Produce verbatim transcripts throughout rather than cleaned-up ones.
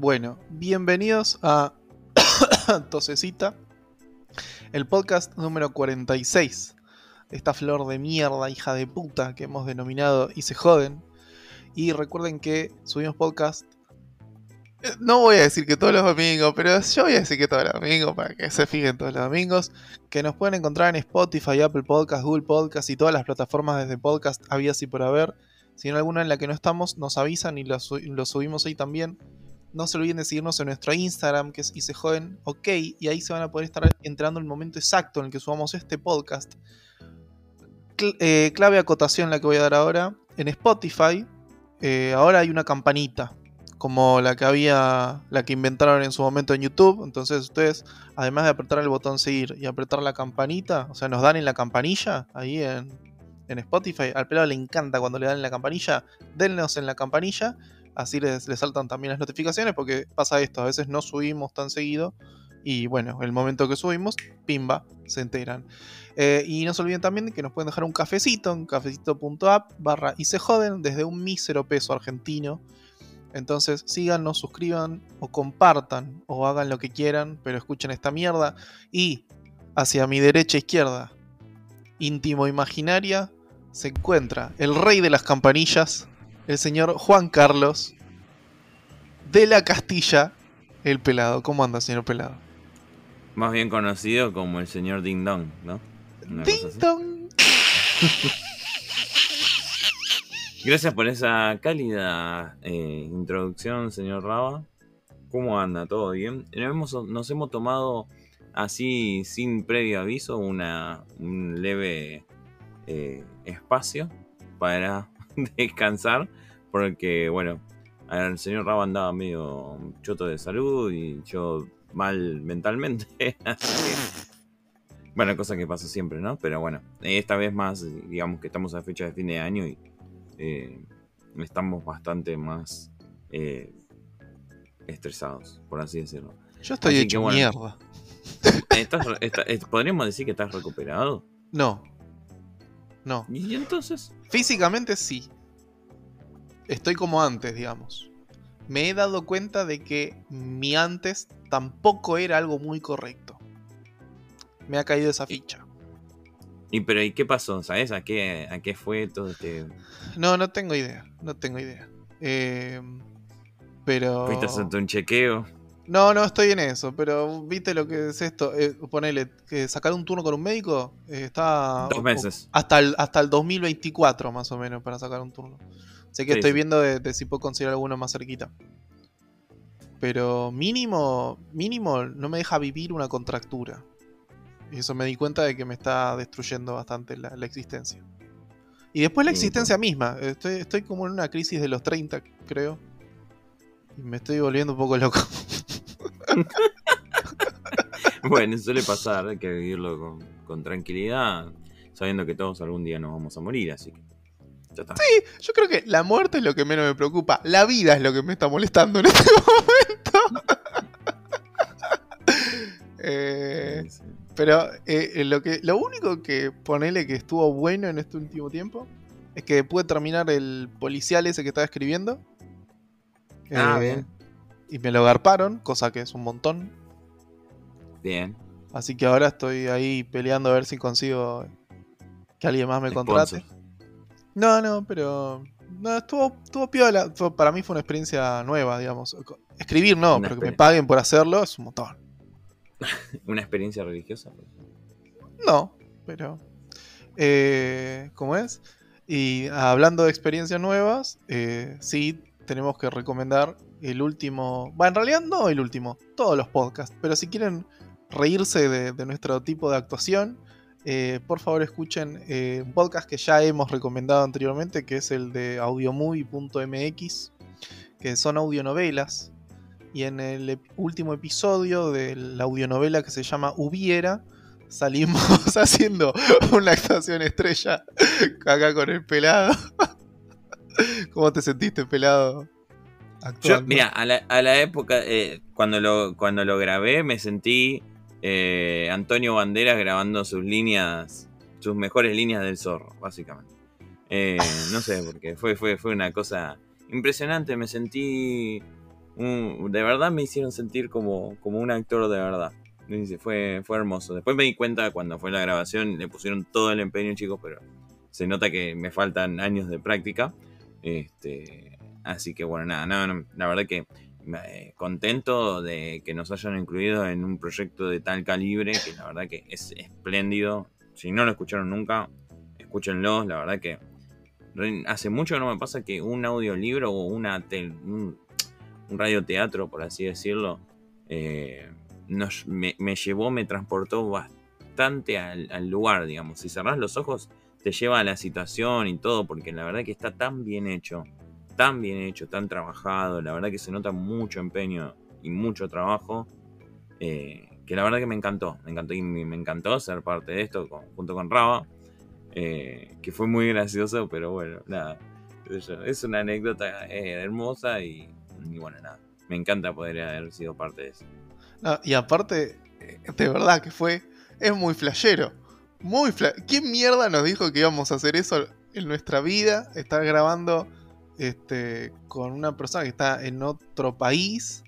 Bueno, bienvenidos a Tosecita, el podcast número cuarenta y seis. Esta flor de mierda, hija de puta, que hemos denominado Y se joden. Y recuerden que subimos podcast. eh, No voy a decir que todos los domingos, pero yo voy a decir que todos los domingos para que se fijen todos los domingos. Que nos pueden encontrar en Spotify, Apple Podcast, Google Podcast y todas las plataformas desde podcast habidas y por haber. Si en alguna en la que no estamos, nos avisan y lo, su- lo subimos ahí también. No se olviden de seguirnos en nuestro Instagram, que es Y se joden, ok, y ahí se van a poder estar enterando el momento exacto en el que subamos este podcast. Cl- eh, clave acotación la que voy a dar ahora. En Spotify, eh, ahora hay una campanita, como la que había, la que inventaron en su momento en YouTube. Entonces ustedes, además de apretar el botón seguir y apretar la campanita, o sea, nos dan en la campanilla, ahí en, en Spotify. Al pelado le encanta cuando le dan en la campanilla, dennos en la campanilla. Así les, les saltan también las notificaciones, porque pasa esto, a veces no subimos tan seguido. Y bueno, el momento que subimos, pimba, se enteran. Eh, y no se olviden también de que nos pueden dejar un cafecito en cafecito.app barra y se joden desde un mísero peso argentino. Entonces síganos, suscriban o compartan o hagan lo que quieran, pero escuchen esta mierda. Y hacia mi derecha e izquierda, íntimo imaginaria, se encuentra el rey de las campanillas, el señor Juan Carlos de la Castilla, el pelado. ¿Cómo anda, señor pelado? Más bien conocido como el señor Ding Dong, ¿no? Una cosa ¡Ding así. dong! Gracias por esa cálida eh, introducción, señor Raba. ¿Cómo anda? ¿Todo bien? Nos hemos, nos hemos tomado así, sin previo aviso, una, un leve eh, espacio para descansar. Porque, bueno, el señor Raba andaba medio choto de salud y yo mal mentalmente. Así que... Bueno, cosa que pasa siempre, ¿no? Pero bueno, esta vez más, digamos que estamos a fecha de fin de año y eh, estamos bastante más eh, estresados, por así decirlo. Yo estoy Así que hecho bueno, mierda. ¿estás, está- eh, ¿podríamos decir que estás recuperado? No, no. Y entonces, Físicamente sí. Estoy como antes, digamos. Me he dado cuenta de que mi antes tampoco era algo muy correcto. Me ha caído esa y, ficha. y pero ¿y qué pasó? ¿Sabes a qué, a qué fue todo este...? No, no tengo idea. No tengo idea. Eh, ¿Fuiste a pero... hacerte un chequeo? No, no estoy en eso, pero viste lo que es esto. Eh, ponele, que sacar un turno con un médico eh, está Dos o- o- meses. hasta el, hasta el dos mil veinticuatro más o menos para sacar un turno. Así que Sí, estoy sí. viendo de, de si puedo conseguir alguno más cerquita. Pero mínimo, mínimo no me deja vivir una contractura. Y eso me di cuenta de que me está destruyendo bastante la, la existencia. Y después la Y, pues, existencia misma. Estoy, estoy como en una crisis de los treinta, creo. Y me estoy volviendo un poco loco. bueno, suele pasar, hay que vivirlo con, con tranquilidad, sabiendo que todos algún día nos vamos a morir, así que ya está. Yo creo que la muerte es lo que menos me preocupa. La vida es lo que me está molestando en este momento. Eh, Sí, sí. pero eh, lo, que, lo único que ponele que estuvo bueno en este último tiempo es que pude terminar el policial ese que estaba escribiendo. Ah, Eh, bien, y me lo garparon, cosa que es un montón. bien. Así que ahora estoy ahí peleando a ver si consigo que alguien más me Sponsor. contrate. No, no, pero... No, estuvo, estuvo piola. Fue- Para mí fue una experiencia nueva, digamos. Escribir no, Una, pero que me exper- paguen por hacerlo es un montón. una experiencia religiosa. No, pero... Eh, ¿Cómo es? Y hablando de experiencias nuevas, eh, sí tenemos que recomendar el último... Bueno, en realidad no el último, todos los podcasts. Pero si quieren reírse de, de nuestro tipo de actuación, eh, por favor escuchen eh, un podcast que ya hemos recomendado anteriormente, que es el de audiomovie punto m x, que son audionovelas. Y en el ep- último episodio de la audionovela que se llama Hubiera, salimos haciendo una actuación estrella acá con el pelado. ¿Cómo te sentiste, pelado, Yo, actuando? mira, a la, a la época, eh, cuando, lo, cuando lo grabé, me sentí eh, Antonio Banderas grabando sus líneas, sus mejores líneas del Zorro, básicamente. Eh, no sé, porque fue, fue, fue una cosa impresionante. Me sentí un- de verdad me hicieron sentir como, como un actor de verdad. Dice, Fue, fue hermoso. Después me di cuenta cuando fue la grabación, le pusieron todo el empeño, chicos, pero se nota que me faltan años de práctica. Este, así que bueno, nada, no, no, la verdad que eh, contento de que nos hayan incluido en un proyecto de tal calibre, que la verdad que es espléndido. Si no lo escucharon nunca, escúchenlo. La verdad que re- hace mucho que no me pasa que un audiolibro o una tel- un, un radioteatro, por así decirlo, eh, nos, me, me llevó, me transportó bastante al, al lugar, digamos. Si cerrás los ojos, te lleva a la situación y todo, porque la verdad que está tan bien hecho, tan bien hecho, tan trabajado, la verdad que se nota mucho empeño y mucho trabajo, eh, que la verdad que me encantó, me encantó y me, me encantó ser parte de esto con- junto con Raba, eh, que fue muy gracioso, pero bueno, nada, qué sé yo, es una anécdota eh, hermosa y, y bueno, nada, me encanta poder haber sido parte de eso. No, y aparte, eh, de verdad que fue, es muy flashero. Muy fla ¿Quién mierda nos dijo que íbamos a hacer eso en nuestra vida? Estar grabando este, con una persona que está en otro país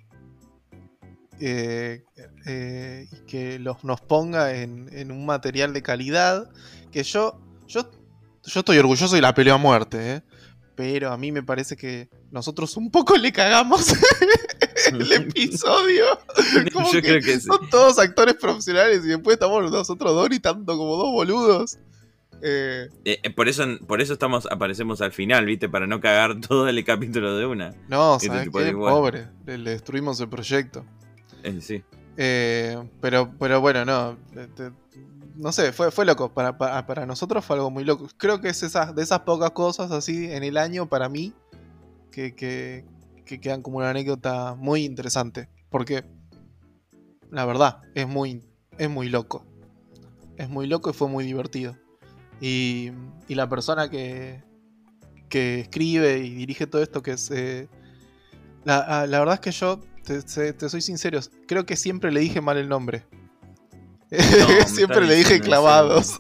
eh, eh, y que los, nos ponga en, en un material de calidad. Que yo, yo, yo estoy orgulloso y la peleo a muerte, ¿eh? Pero a mí me parece que nosotros un poco le cagamos el episodio. Como Yo que creo que sí. son todos actores profesionales y después estamos nosotros dos gritando como dos boludos. Eh, Eh, eh, por eso, por eso estamos, aparecemos al final, ¿viste? Para no cagar todo el capítulo de una. no, Este ¿sabes tipo de qué? igual. Pobre, le, le destruimos el proyecto. Eh, sí. Eh, pero, pero bueno, no. Te, no sé, fue, fue loco. Para, para, para nosotros fue algo muy loco. Creo que es esas, de esas pocas cosas así en el año para mí que, que, que quedan como una anécdota muy interesante. Porque la verdad, es muy, es muy loco. Es muy loco y fue muy divertido. Y, y la persona que, que escribe y dirige todo esto, que es... eh, la, la verdad es que yo, te, te- te soy sincero, creo que siempre le dije mal el nombre. No, me Siempre estás le dije diciendo en clavados.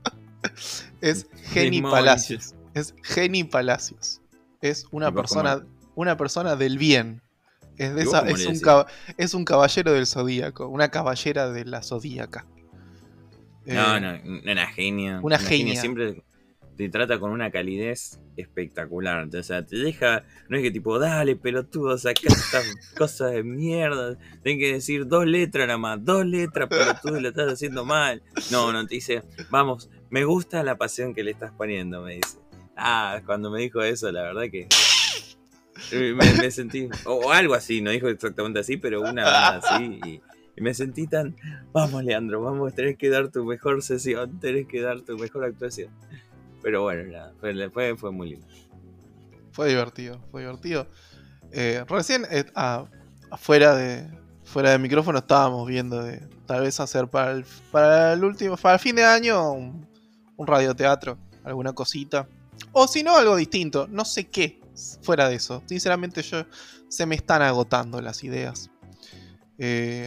Es Geni Demonios. Palacios. Es Geni Palacios. Es ¿Y una vos cómo persona, le- una persona del bien. Es, de ¿Y vos esa, cómo es, le un, decís? cab- es un caballero del zodíaco. Una caballera de la zodíaca. No, Eh, no, una genia. una Una genia genia. siempre te trata con una calidez espectacular. O sea, te deja. No es que tipo, dale, pelotudo, saca estas cosas de mierda. Tienes que decir dos letras nada más. Dos letras, pelotudo, y lo estás haciendo mal. No, no, te dice, vamos, me gusta la pasión que le estás poniendo, me dice. Ah, cuando me dijo eso, la verdad que. Me, me sentí. O, o algo así, no dijo exactamente así, pero una onda así. Y, y me sentí tan. Vamos, Leandro, vamos, tenés que dar tu mejor sesión, tenés que dar tu mejor actuación. Pero bueno, nada, fue, fue, fue muy lindo. Fue divertido, fue divertido. Eh, recién, eh, ah, afuera de fuera de micrófono estábamos viendo de tal vez hacer para el, para el último, para el fin de año un, un radioteatro, alguna cosita. O si no, algo distinto, no sé qué, fuera de eso. Sinceramente yo se me están agotando las ideas. Eh,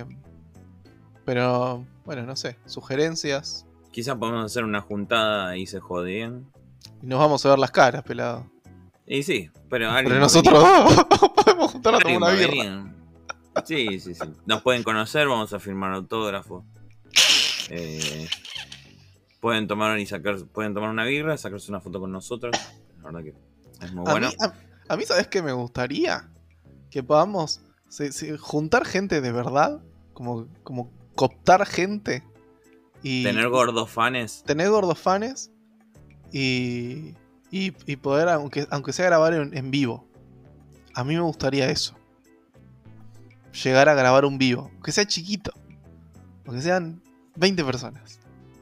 pero, bueno, no sé, sugerencias. Quizás podemos hacer una juntada y se jodían. Y nos vamos a ver las caras, pelado. Y sí, pero Entre alguien va a nosotros venir. dos podemos juntar a tomar Alguien una va a birra. venir. Sí, sí, sí. Nos pueden conocer, vamos a firmar autógrafos. Eh, pueden tomar y sacar, pueden tomar una birra, sacarse una foto con nosotros. La verdad que es muy A bueno. mí, a, a mí, ¿sabes qué me gustaría? Que podamos se- se- juntar gente de verdad, como, como cooptar gente y Tener gordos fanes. tener gordos fanes y, y, y poder, aunque, aunque sea grabar en, en vivo. A mí me gustaría eso. Llegar a grabar un vivo, aunque sea chiquito, aunque sean veinte personas.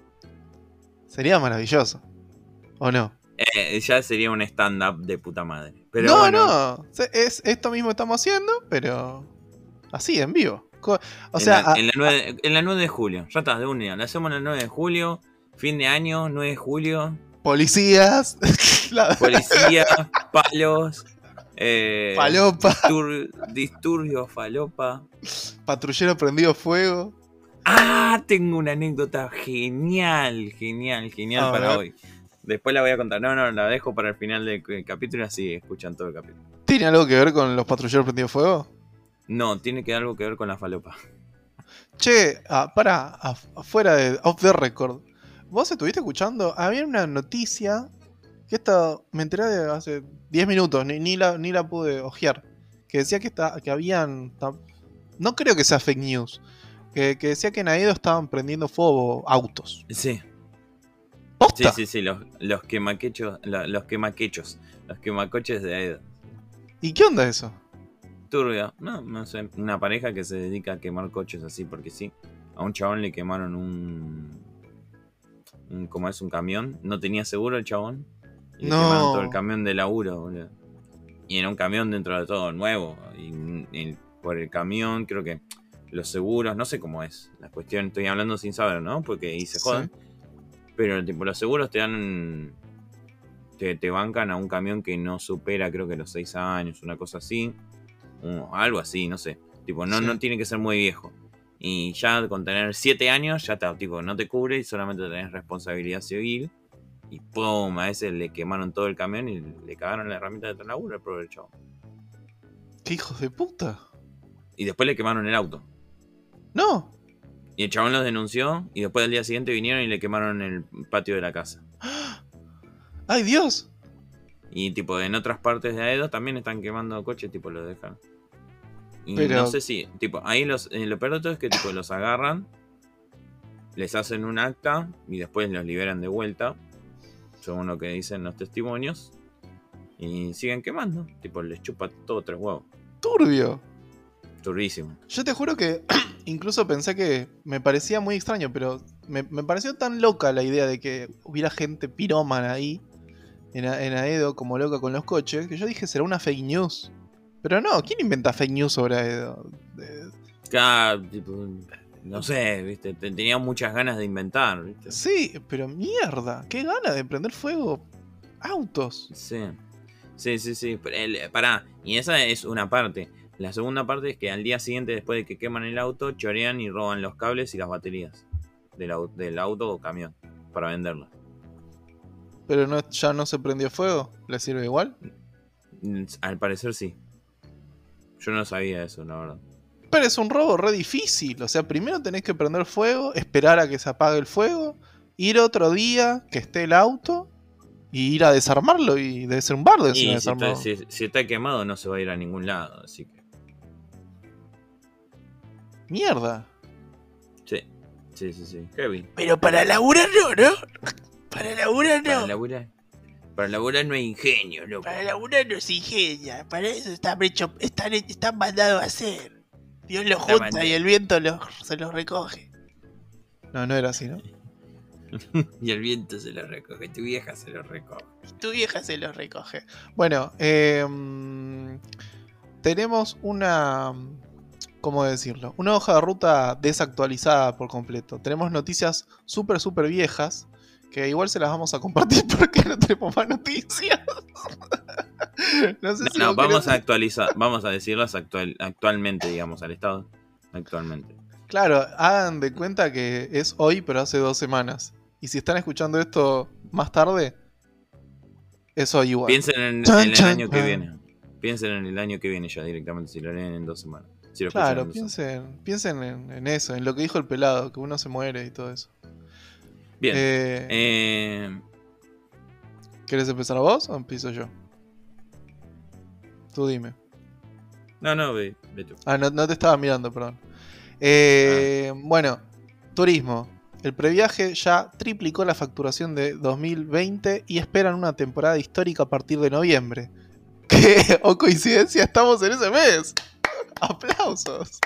Sería maravilloso, ¿o no? Eh, ya sería un stand-up de puta madre. Pero no, bueno, no, se- es esto mismo estamos haciendo, pero así, en vivo. Co- O en, sea, la, a- en, la nueve, en la nueve de julio. Ya está, de un día. La hacemos el nueve de julio. Fin de año, nueve de julio. policías, la- Policía, palos. Eh, Falopa. distur- disturbios, falopa. patrullero prendido fuego. Ah, tengo una anécdota genial, genial, genial A para ver. hoy. Después la voy a contar. No, no, la dejo para el final del capítulo, así escuchan todo el capítulo. ¿Tiene algo que ver con los patrulleros prendidos fuego? No, tiene que algo que ver con la falopa. Che, ah, para, afuera de Off the Record. ¿Vos estuviste escuchando? Había una noticia que esta me enteré de hace diez minutos, ni, ni, la, ni la pude ojear. Que decía que, está, que habían. No creo que sea fake news. Que, que decía que en Aedo estaban prendiendo fuego autos. Sí. ¿Posta? Sí, sí, sí, los, los quemaquechos, la- los quemaquechos, los quemacoches de Aedo. ¿Y qué onda eso? Turbio, no, no sé, una pareja que se dedica a quemar coches así porque sí. A un chabón le quemaron un, un como es un camión, no tenía seguro el chabón. Y le quemaron todo el No. camión de laburo, boludo. Y era un camión dentro de todo nuevo. Y, y por el camión creo que los seguros, no sé cómo es. La cuestión, estoy hablando sin saber, ¿no? Porque ahí se joden. Sí. Pero tipo, los seguros te dan. Te, te bancan a un camión que no supera, creo que los seis años, una cosa así. O algo así, no sé. Tipo, no, Sí. no tiene que ser muy viejo. Y ya con tener siete años, ya está, tipo, no te cubre y solamente tenés responsabilidad civil. Y pum, a ese le quemaron todo el camión y le cagaron la herramienta de laburo al pobre chavo. ¿Qué hijos de puta? Y después le quemaron el auto. No. Y el chabón los denunció y después al día siguiente vinieron y le quemaron el patio de la casa. ¡Ay, Dios! Y tipo, en otras partes de Aedo también están quemando coches, tipo, los dejan. Y Pero- no sé si, tipo, ahí los, eh, lo peor de todo es que tipo los agarran, les hacen un acta y después los liberan de vuelta, según lo que dicen los testimonios, y siguen quemando. Tipo, les chupa todo tres huevos. Turbio. Turbísimo. Yo te juro que incluso pensé que me parecía muy extraño, pero me, me pareció tan loca la idea de que hubiera gente pirómana ahí en, A- en Aedo como loca con los coches, que yo dije será una fake news. Pero no, ¿quién inventa fake news sobre Aedo? De- Cada, tipo, no sé, viste, te- tenía muchas ganas de inventar, viste. Sí, pero mierda, qué gana de prender fuego autos. Sí, sí, sí, sí. Pero el- pará, y esa es una parte. La segunda parte es que al día siguiente, después de que queman el auto, chorean y roban los cables y las baterías del, au- del auto o camión para venderlas. Pero no, ya no se prendió fuego, ¿le sirve igual? Mm, Al parecer sí. Yo no sabía eso, la verdad. Pero es un robo re difícil. O sea, primero tenés que prender fuego, esperar a que se apague el fuego, ir otro día que esté el auto y ir a desarmarlo. Y debe ser un bardo encima Y de si está, desarmarlo. si- si está quemado no se va a ir a ningún lado, así que... Mierda. Sí, sí, sí, sí. Heavy. Pero para laburar no, ¿no? Para laburar Para laburar, para laburar no hay ingenio, loco. Para laburar no se ingenia. Para eso están, hecho, están, están mandados a hacer. Dios los Está junta mandado. y el viento los, se los recoge. No, no era así, ¿no? Y el viento se lo recoge, tu vieja se lo recoge. Tu vieja se los recoge. Bueno, eh, tenemos una... ¿Cómo decirlo? Una hoja de ruta desactualizada por completo. Tenemos noticias súper, súper viejas. Que igual se las vamos a compartir porque no tenemos más noticias. No sé No, si no, vos vamos querés- a actualizar, vamos a decirlas actual, actualmente, digamos, al estado. Actualmente. Claro, hagan de cuenta que es hoy, pero hace dos semanas. Y si están escuchando esto más tarde, es hoy igual. Piensen en, Chan, en el chan, año que chan. viene. Piensen en el año que viene ya directamente, si lo leen en dos semanas. Si lo escuchan en Claro, dos semanas. piensen, piensen en, en eso, en lo que dijo el pelado, que uno se muere y todo eso. Bien. Eh, Eh, ¿Querés empezar vos o empiezo yo? Tú dime. no, no, ve, ve tú. Ah, no, no te estaba mirando, perdón. Eh, Bueno, turismo. El previaje ya triplicó la facturación de dos mil veinte y esperan una temporada histórica a partir de noviembre. ¿Qué? ¿O coincidencia? Estamos en ese mes. ¡Aplausos!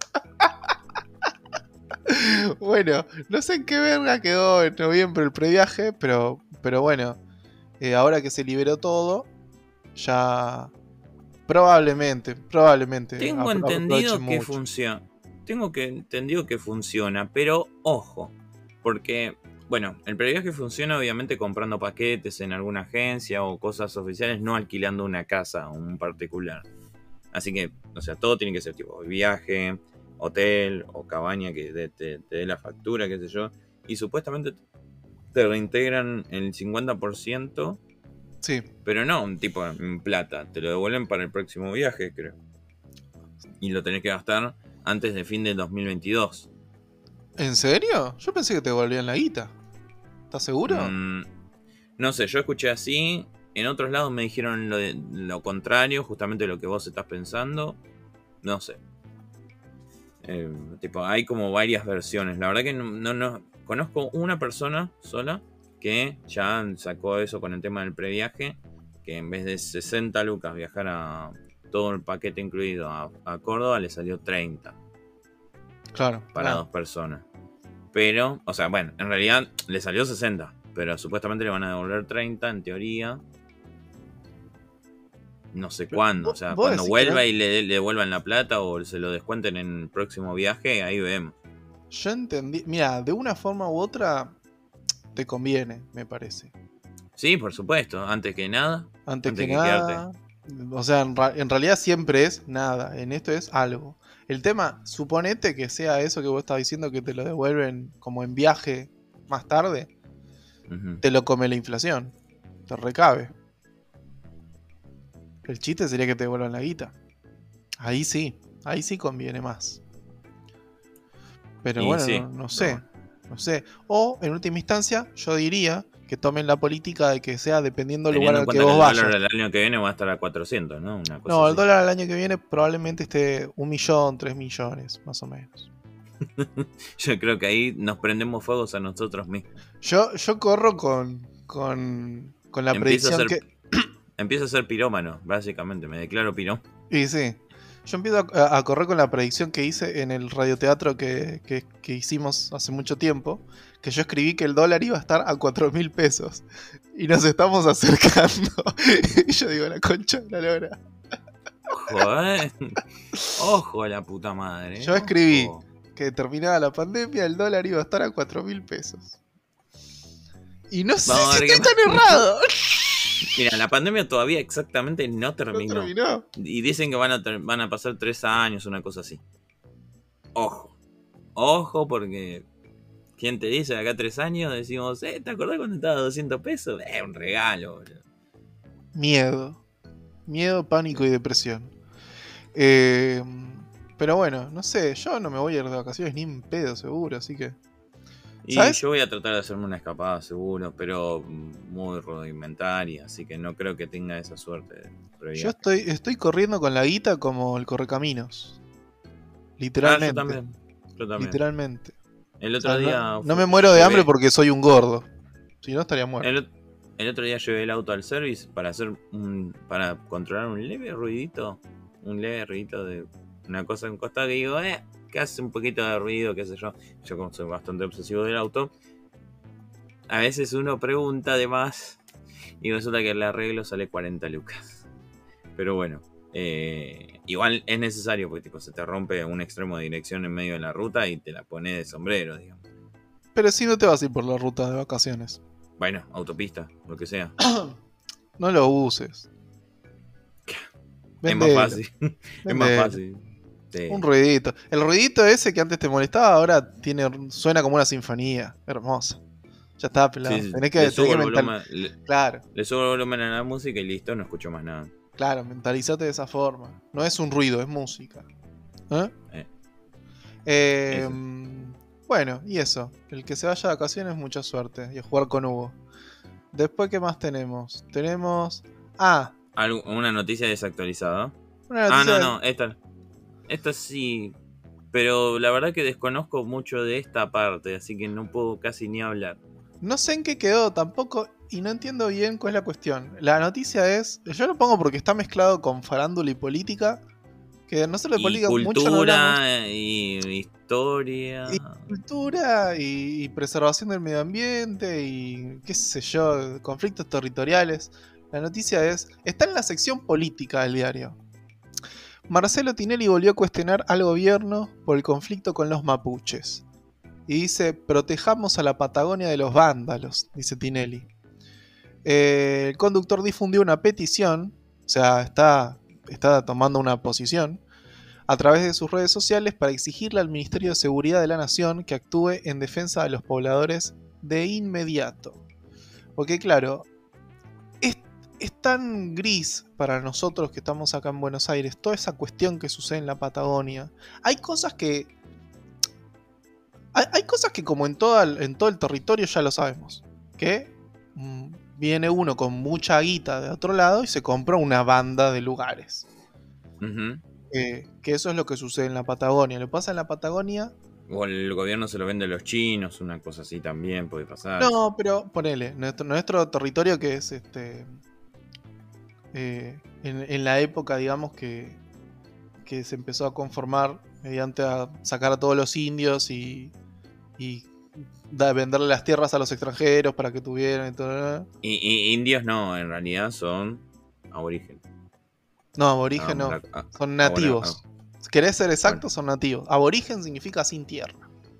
Bueno, no sé en qué verga quedó en noviembre el previaje, pero, pero bueno, eh, ahora que se liberó todo, ya probablemente, probablemente Tengo apro- entendido aprovechen que mucho. funciona. Tengo que entendido que funciona, pero ojo, porque bueno, el previaje funciona obviamente comprando paquetes en alguna agencia o cosas oficiales, no alquilando una casa o un particular. Así que, o sea, todo tiene que ser tipo viaje, hotel o cabaña que te, te, te dé la factura, qué sé yo. Y supuestamente te reintegran el cincuenta por ciento, Sí, pero no un tipo en plata, te lo devuelven para el próximo viaje, creo. y lo tenés que gastar antes de fin del dos mil veintidós. ¿En serio? Yo pensé que te devolvían la guita. ¿Estás seguro? Mm, no sé, yo escuché así. En otros lados me dijeron lo, de, lo contrario, justamente lo que vos estás pensando. No sé. Eh, tipo, hay como varias versiones. La verdad que no, no, no conozco una persona sola que ya sacó eso con el tema del previaje, que en vez de sesenta lucas viajar a todo el paquete incluido a, a Córdoba, le salió treinta. Claro. Para claro. dos personas. Pero, o sea, bueno, en realidad le salió sesenta, pero supuestamente le van a devolver treinta en teoría. No sé cuándo, o sea, cuando vuelva no... y le, le devuelvan la plata o se lo descuenten en el próximo viaje, ahí vemos. Yo entendí, mira, de una forma u otra te conviene, me parece. Sí, por supuesto, antes que nada. Antes, antes que, que nada, quedarte. O sea, en, en realidad siempre es nada, en esto es algo. El tema, suponete que sea eso que vos estás diciendo, que te lo devuelven como en viaje más tarde, uh-huh. Te lo come la inflación, te recabe. El chiste sería que te devuelvan la guita. Ahí sí, ahí sí conviene más. Pero y bueno, sí, no, no sé, no. no sé. O, en última instancia, yo diría que tomen la política de que sea dependiendo del lugar al que vos que vayas. El dólar el año que viene va a estar a cuatrocientos, ¿no? Una cosa no, así. El dólar al año que viene probablemente esté un millón, tres millones, más o menos. Yo creo que ahí nos prendemos fuegos a nosotros mismos. Yo, yo corro con, con, con la empiezo predicción a ser, que... Empiezo a ser pirómano, básicamente, me declaro pirón. Y sí, yo empiezo a, a correr con la predicción que hice en el radioteatro que, que, que hicimos hace mucho tiempo, que yo escribí que el dólar iba a estar a cuatro mil pesos. Y nos estamos acercando. Y yo digo, la concha de la lora. Ojo, eh. Ojo a la puta madre. Yo escribí Ojo. que terminada la pandemia el dólar iba a estar a cuatro mil pesos. Y no sé Vamos si estoy tan errado. Mira, la pandemia todavía exactamente no terminó. No terminó. Y dicen que van a, ter- van a pasar tres años, una cosa así. Ojo. Ojo, porque... ¿Quién te dice? Acá tres años decimos, eh, ¿te acordás cuando estaba a doscientos pesos? Eh, un regalo, boludo. Miedo. Miedo, pánico y depresión. Eh, pero bueno, no sé, yo no me voy a ir de vacaciones ni en pedo seguro, así que... Y ¿sabes? Yo voy a tratar de hacerme una escapada seguro, pero muy rudimentaria, así que no creo que tenga esa suerte. Yo estoy, estoy corriendo con la guita como el correcaminos. Literalmente. Ah, yo también. Yo también. Literalmente. El otro o sea, día... No, no me muero de hambre porque soy un gordo. Si no, estaría muerto. El, el otro día llevé el auto al service para hacer un, para controlar un leve ruidito. Un leve ruidito de una cosa en costado que digo, eh, que hace un poquito de ruido, qué sé yo. Yo como soy bastante obsesivo del auto, a veces uno pregunta de más y resulta que el arreglo sale cuarenta lucas. Pero bueno, eh, igual es necesario porque tipo, se te rompe un extremo de dirección en medio de la ruta y te la pones de sombrero, digamos. Pero si no te vas a ir por la ruta de vacaciones. Bueno, autopista, lo que sea. No lo uses. Vendelo. Es más fácil. Vendelo. Es más fácil. Sí. Un ruidito. El ruidito ese que antes te molestaba ahora tiene, suena como una sinfonía. Hermoso. Ya está pelado. Sí, tenés que, le, subo tenés el que mental... volumen, le, claro. le subo el volumen a la música y listo, no escucho más nada. Claro, mentalizate de esa forma. No es un ruido, es música. ¿Eh? Eh. Eh, bueno, y eso. El que se vaya de vacaciones, mucha suerte. Y a jugar con Hugo. Después, ¿qué más tenemos? Tenemos... Ah. Una noticia desactualizada. Una noticia ah, no, no. Esta, esta sí. Pero la verdad que desconozco mucho de esta parte. Así que no puedo casi ni hablar. No sé en qué quedó tampoco. Y no entiendo bien cuál es la cuestión. La noticia es... Yo lo pongo porque está mezclado con farándula y política. Que nosotros de y política cultura, mucho no hablamos. Y historia. Y cultura y, y preservación del medio ambiente y qué sé yo, conflictos territoriales. La noticia es, está en la sección política del diario. Marcelo Tinelli volvió a cuestionar al gobierno por el conflicto con los mapuches. Y dice, protejamos a la Patagonia de los vándalos, dice Tinelli. Eh, el conductor difundió una petición, o sea, está... está tomando una posición a través de sus redes sociales para exigirle al Ministerio de Seguridad de la Nación que actúe en defensa de los pobladores de inmediato. Porque claro, es, es tan gris para nosotros que estamos acá en Buenos Aires, toda esa cuestión que sucede en la Patagonia. Hay cosas que... Hay, hay cosas que como en, toda, en todo el territorio ya lo sabemos. Que mm, viene uno con mucha guita de otro lado y se compra una banda de lugares. Uh-huh. Eh, que eso es lo que sucede en la Patagonia. Lo que pasa en la Patagonia... O el gobierno se lo vende a los chinos, una cosa así también puede pasar. No, pero ponele, nuestro, nuestro territorio que es este... Eh, en, en la época, digamos, que, que se empezó a conformar mediante a sacar a todos los indios y, y da, venderle las tierras a los extranjeros para que tuvieran y todo. Y, y indios no, en realidad son aborígenes. No, aborigen no, Ah, son nativos. Ahora, ah. Si querés ser exacto, son nativos. Aborigen significa sin tierra.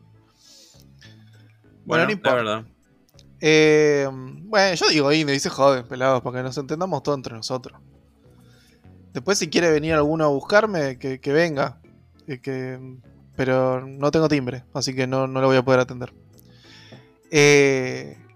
Bueno, Bueno, no importa. la verdad. Eh, bueno, yo digo indio y se joden, pelados, para que nos entendamos todos entre nosotros. Después, si quiere venir alguno a buscarme, que, que venga. Que, que, pero no tengo timbre, así que no, no lo voy a poder atender. Eh,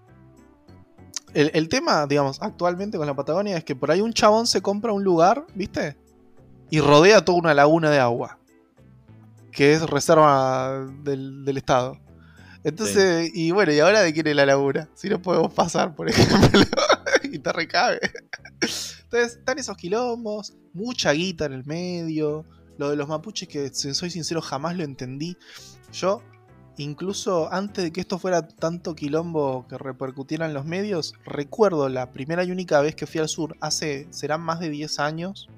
el, el tema, digamos, actualmente con la Patagonia es que por ahí un chabón se compra un lugar, ¿viste? Y rodea toda una laguna de agua. Que es reserva del, del Estado. Entonces, sí. Y bueno, ¿y ahora de quién es la laguna? Si no podemos pasar, por ejemplo. Y te recabe. Entonces, están esos quilombos, mucha guita en el medio. Lo de los mapuches, que si soy sincero, jamás lo entendí. Yo, incluso antes de que esto fuera tanto quilombo que repercutiera en los medios, recuerdo la primera y única vez que fui al sur, hace, serán más de diez años,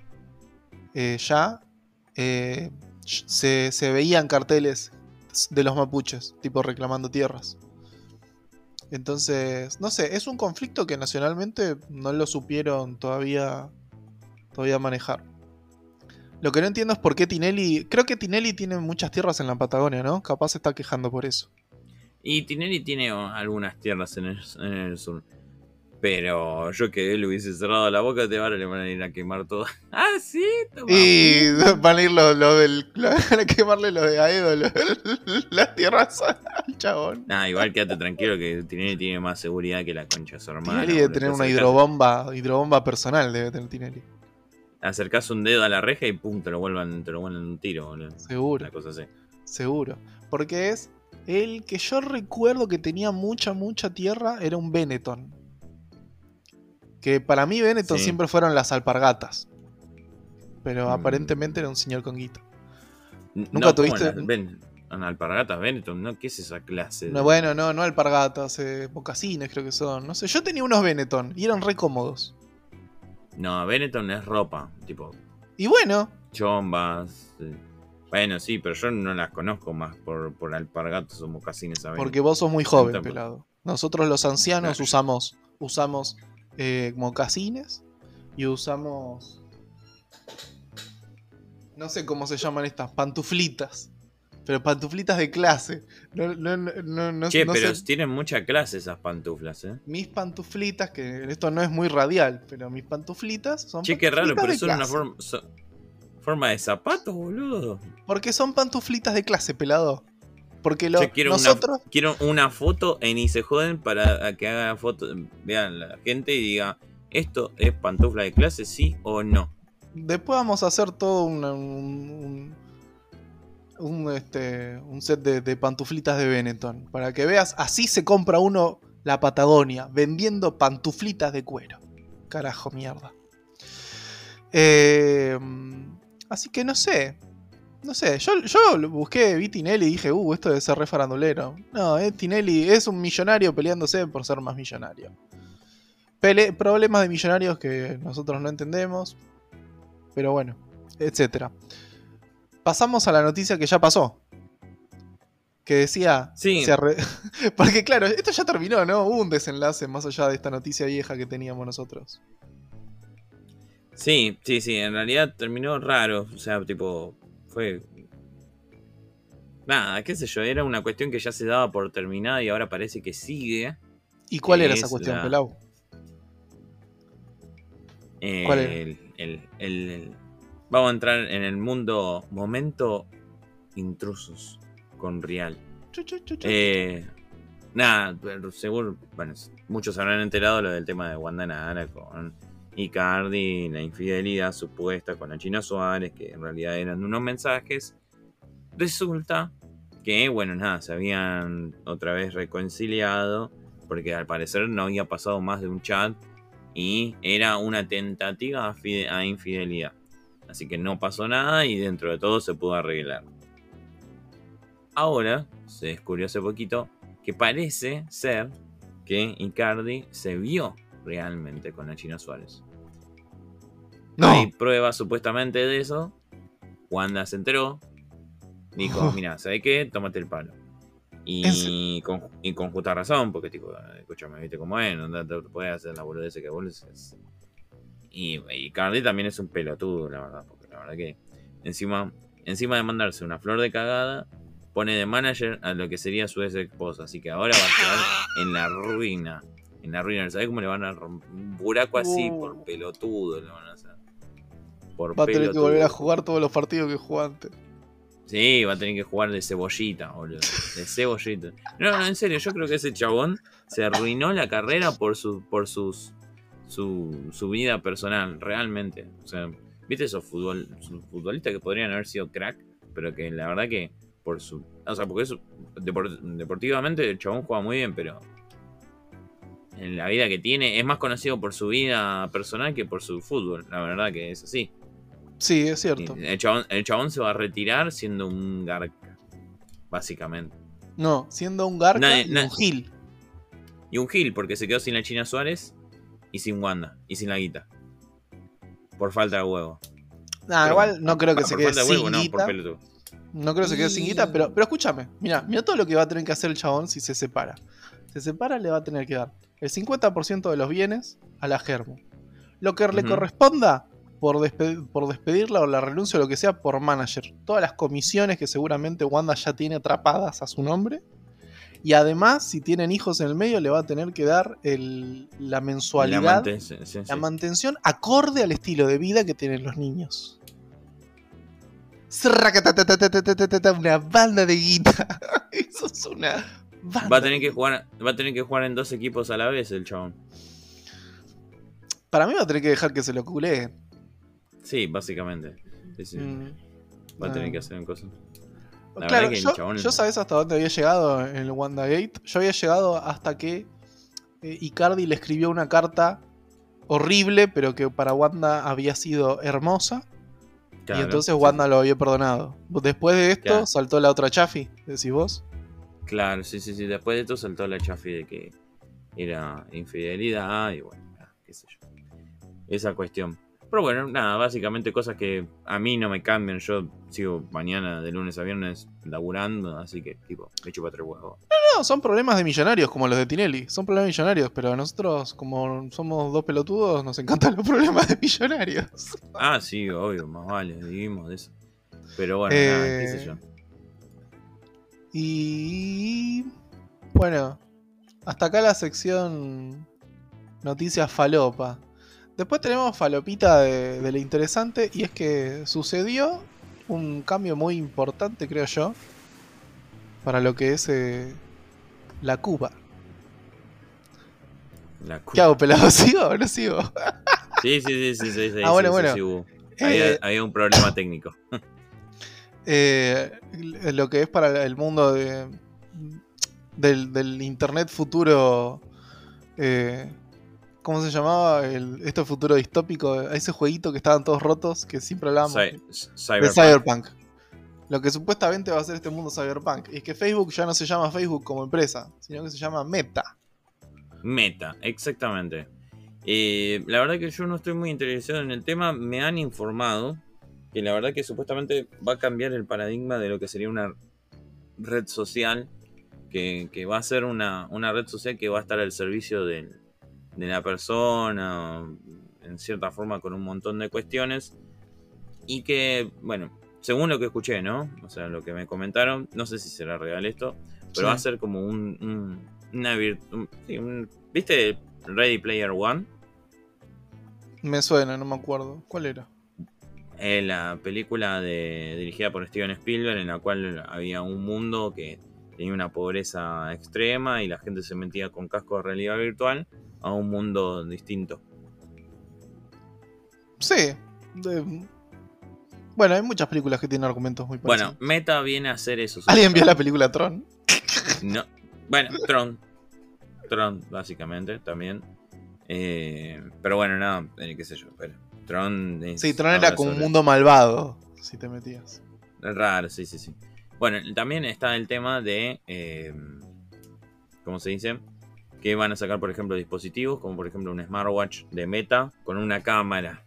eh, ya, eh, se, se veían carteles de los mapuches, tipo reclamando tierras. Entonces, no sé, es un conflicto que nacionalmente no lo supieron todavía, todavía manejar. Lo que no entiendo es por qué Tinelli... Creo que Tinelli tiene muchas tierras en la Patagonia, ¿no? Capaz se está quejando por eso. Y Tinelli tiene algunas tierras en el, en el sur. Pero yo que él hubiese cerrado la boca, te ahora le van a ir a quemar todo. Ah, sí, toma. Y van a ir los lo del... Lo, van a quemarle los de Aedo, lo, las tierras al chabón. Nah, igual quédate tranquilo que Tinelli tiene más seguridad que la concha de su hermana. Tinelli debe tener una hidrobomba, hidrobomba personal, debe tener Tinelli. Acercás un dedo a la reja y pum, te lo vuelvan, te lo vuelvan un tiro, boludo. Seguro. Una cosa así. Seguro. Porque es el que yo recuerdo que tenía mucha, mucha tierra, era un Benetton. Que para mí Benetton sí. Siempre fueron las alpargatas. Pero mm. aparentemente era un señor con guita. ¿Nunca no, tuviste? Ben, alpargatas Benetton, ¿no? ¿Qué es esa clase? De... No, bueno, no, no alpargatas, eh, mocasines creo que son. No sé, yo tenía unos Benetton y eran re cómodos. No, Benetton es ropa, tipo. Y bueno. Chombas. Eh. Bueno, sí, pero yo no las conozco más por, por alpargatas o mocasines. A porque vos sos muy joven, pelado. Nosotros los ancianos claro. usamos, usamos eh, mocasines y usamos... No sé cómo se llaman estas, pantuflitas. Pero pantuflitas de clase. No, no, no, no, che, no pero sé. Tienen mucha clase esas pantuflas, ¿eh? Mis pantuflitas, que esto no es muy radial, pero mis pantuflitas son che, qué raro, pero son una forma, son, forma de zapatos, boludo. Porque son pantuflitas de clase, pelado. Porque lo, che, quiero nosotros... Una, quiero una foto en Y Se Joden para que haga foto, vean la gente y diga, ¿esto es pantufla de clase, sí o no? Después vamos a hacer todo una, un... un Un, este, un set de, de pantuflitas de Benetton. Para que veas, así se compra uno la Patagonia, vendiendo pantuflitas de cuero. Carajo, mierda. Eh, así que no sé. No sé, yo, yo busqué, vi Tinelli y dije, uh, esto debe ser re farandulero. No, eh, Tinelli es un millonario peleándose por ser más millonario. Pele- problemas de millonarios que nosotros no entendemos. Pero bueno, etcétera. Pasamos a la noticia que ya pasó. Que decía... Sí. Se re... Porque claro, esto ya terminó, ¿no? Hubo un desenlace más allá de esta noticia vieja que teníamos nosotros. Sí, sí, sí. En realidad terminó raro. O sea, tipo... Fue... Nada, qué sé yo. Era una cuestión que ya se daba por terminada y ahora parece que sigue. ¿Y cuál era esa cuestión, la... Pelau? Eh, ¿Cuál era? El... el, el, el... Vamos a entrar en el mundo momento intrusos con Real. Chu, chu, chu, chu. Eh, nada, seguro, bueno, muchos habrán enterado lo del tema de Wanda Nara con Icardi, la infidelidad supuesta con la China Suárez, que en realidad eran unos mensajes. Resulta que, bueno, nada, se habían otra vez reconciliado, porque al parecer no había pasado más de un chat y era una tentativa a, fide- a infidelidad. Así que no pasó nada y dentro de todo se pudo arreglar. Ahora se descubrió hace poquito que parece ser que Icardi se vio realmente con la China Suárez. No. Hay pruebas supuestamente de eso. Wanda se enteró. Dijo, mira, ¿sabes qué? Tómate el palo. Y con, y con justa razón, porque tipo, escúchame, viste cómo es, no te, te puedes hacer la boludez que vos haces. Y, y Cardi también es un pelotudo, la verdad, porque la verdad que encima, encima de mandarse una flor de cagada, pone de manager a lo que sería su ex esposa, así que ahora va a quedar en la ruina. En la ruina, ¿sabes cómo le van a romper un buraco así Uh. por pelotudo? Le van a hacer. Por Va a tener que pelotudo. volver a jugar todos los partidos que jugó antes. Sí, va a tener que jugar de cebollita, boludo. De cebollita. No, no, en serio, yo creo que ese chabón se arruinó la carrera por su, por sus su, su vida personal, realmente. O sea, viste esos futbol, sus futbolistas que podrían haber sido crack, pero que la verdad que por su. O sea, porque eso, deport, deportivamente el chabón juega muy bien, pero en la vida que tiene es más conocido por su vida personal que por su fútbol. La verdad que es así. Sí, es cierto. El chabón, el chabón se va a retirar siendo un garca, básicamente. No, siendo un garca Nadie, y na- un gil. Y un gil, porque se quedó sin la China Suárez y sin Wanda y sin la guita. Por falta de huevo. Nah, Pero igual bueno, no creo que por se quede falta de huevo, sin no, por guita. pelotudo. No creo que se quede sin guita, Y- pero, pero escúchame. Mira, mira todo lo que va a tener que hacer el chabón si se separa. Se separa, le va a tener que dar el cincuenta por ciento de los bienes a la Germu. Lo que le Ujú. corresponda por, despe- por despedirla o la renuncia o lo que sea por manager. Todas las comisiones que seguramente Wanda ya tiene atrapadas a su nombre. Y además, si tienen hijos en el medio, le va a tener que dar el- la La mensualidad, mantención. Sí, la sí. mantención acorde al estilo de vida que tienen los niños. Una banda de guita. Eso es una banda. Va a tener de que guita. jugar, va a tener que jugar en dos equipos a la vez el chabón. Para mí va a tener que dejar que se lo culeen. Sí, básicamente. Sí, sí. Mm, Va a tener no. que hacer cosas. La Claro, verdad que el yo, chabón- yo sabes hasta dónde había llegado en el WandaGate. Yo había llegado hasta que eh, Icardi le escribió una carta horrible, pero que para Wanda había sido hermosa. Claro, y entonces sí, Wanda sí. lo había perdonado. Después de esto Claro. saltó la otra Chaffy, decís vos. Claro, sí, sí, sí. Después de esto saltó la chafi de que era infidelidad y bueno, qué sé yo. Esa cuestión. Pero bueno, nada, básicamente cosas que a mí no me cambian. Yo sigo mañana de lunes a viernes laburando, así que tipo, me chupa tres huevos. No, son problemas de millonarios como los de Tinelli. Son problemas millonarios, pero a nosotros, como somos dos pelotudos, nos encantan los problemas de millonarios. Ah, sí, obvio, más vale, vivimos de eso. Pero bueno, Eh, nada, qué sé yo. Y bueno, hasta acá la sección noticias falopa. Después tenemos falopita de, de lo interesante, y es que sucedió un cambio muy importante, creo yo, para lo que es eh, la Cuba. La cu- ¿Qué hago, pelado? ¿Sigo o no sigo? Sí, sí, sí, sí, sí, sí, Ah, bueno, sí, bueno. sí, sí, hubo. Eh, Había, había un problema técnico. eh, lo que es para el mundo de, del, del internet futuro. Eh, ¿Cómo se llamaba? El, este futuro distópico. Ese jueguito que estaban todos rotos. Que siempre hablábamos Cy- de, de Cyberpunk. Cyberpunk. Lo que supuestamente va a ser este mundo Cyberpunk. Y es que Facebook ya no se llama Facebook como empresa, sino que se llama Meta. Meta, exactamente. Eh, la verdad que yo no estoy muy interesado en el tema. Me han informado que la verdad que supuestamente va a cambiar el paradigma de lo que sería una red social. Que, que va a ser una, una red social que va a estar al servicio de, de la persona, en cierta forma con un montón de cuestiones. Y que, bueno, según lo que escuché, ¿no? O sea, lo que me comentaron, no sé si será real esto, pero Sí. va a ser como un... un una vir- un- sí, un- ¿Viste Ready Player One? Me suena, no me acuerdo. ¿Cuál era? Eh, la película de, dirigida por Steven Spielberg, en la cual había un mundo que tenía una pobreza extrema y la gente se metía con casco de realidad virtual a un mundo distinto. Sí. De... Bueno, hay muchas películas que tienen argumentos muy parecidos. Bueno, Meta viene a hacer eso. ¿Alguien vio la película Tron? No. Bueno, Tron. Tron, básicamente, también. Eh, pero bueno, nada, eh, qué sé yo. Pero Tron es, sí, Tron era como un mundo malvado, si te metías. Es raro, sí, sí, sí. Bueno, también está el tema de... Eh, ¿Cómo se dice? Que van a sacar, por ejemplo, dispositivos, como por ejemplo un smartwatch de Meta con una cámara.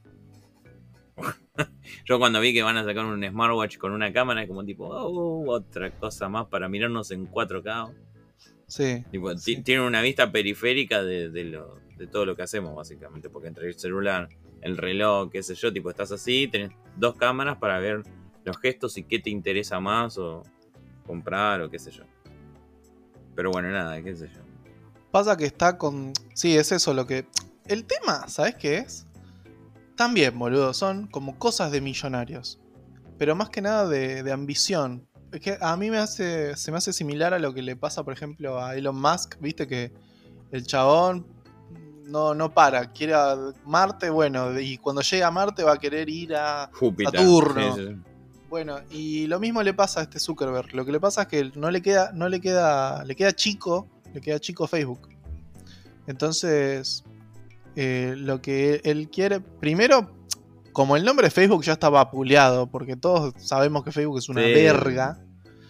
Yo cuando vi que van a sacar un smartwatch con una cámara, es como tipo, oh, otra cosa más para mirarnos en cuatro K. Sí. Tipo, sí. Tienen una vista periférica de, de, lo, de todo lo que hacemos, básicamente. Porque entre el celular, el reloj, qué sé yo, tipo, estás así, tenés dos cámaras para ver los gestos y qué te interesa más o comprar o qué sé yo. Pero bueno, nada, qué sé yo. Pasa que está con... Sí, es eso lo que... El tema, ¿sabes qué es? También, boludo, son como cosas de millonarios. Pero más que nada de, de ambición. Es que a mí me hace, se me hace similar a lo que le pasa, por ejemplo, a Elon Musk. Viste que el chabón no, no para. Quiere a Marte, bueno, y cuando llega a Marte va a querer ir a Júpiter. Saturno. Sí, sí, sí. Bueno, y lo mismo le pasa a este Zuckerberg. Lo que le pasa es que no le queda, no le queda, le queda chico, le queda chico Facebook. Entonces, eh, lo que él quiere, primero, como el nombre de Facebook ya está vapuleado, porque todos sabemos que Facebook es una Sí. verga,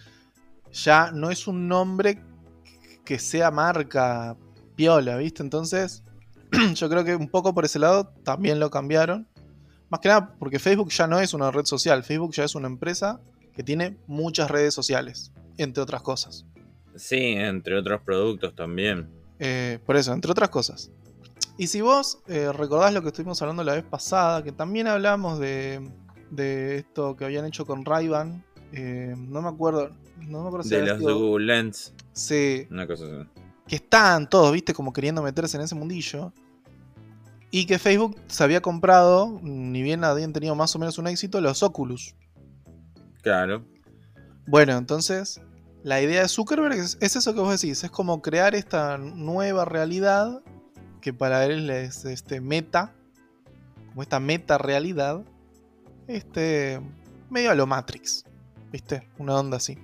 ya no es un nombre que sea marca piola, ¿viste? Entonces, yo creo que un poco por ese lado también lo cambiaron. Más que nada porque Facebook ya no es una red social, Facebook ya es una empresa que tiene muchas redes sociales, entre otras cosas. Sí, entre otros productos también. Eh, por eso, entre otras cosas. Y si vos eh, recordás lo que estuvimos hablando la vez pasada, que también hablamos de, de esto que habían hecho con Ray-Ban, eh, no me acuerdo, no me acuerdo si De había los sido- Google Lens. Sí, Una cosa así. que están todos, viste, como queriendo meterse en ese mundillo. Y que Facebook se había comprado, ni bien habían tenido más o menos un éxito, los Oculus. Claro. Bueno, entonces, la idea de Zuckerberg es, es eso que vos decís, es como crear esta nueva realidad, que para él es este meta, como esta meta realidad, este, medio a lo Matrix, ¿viste? Una onda así.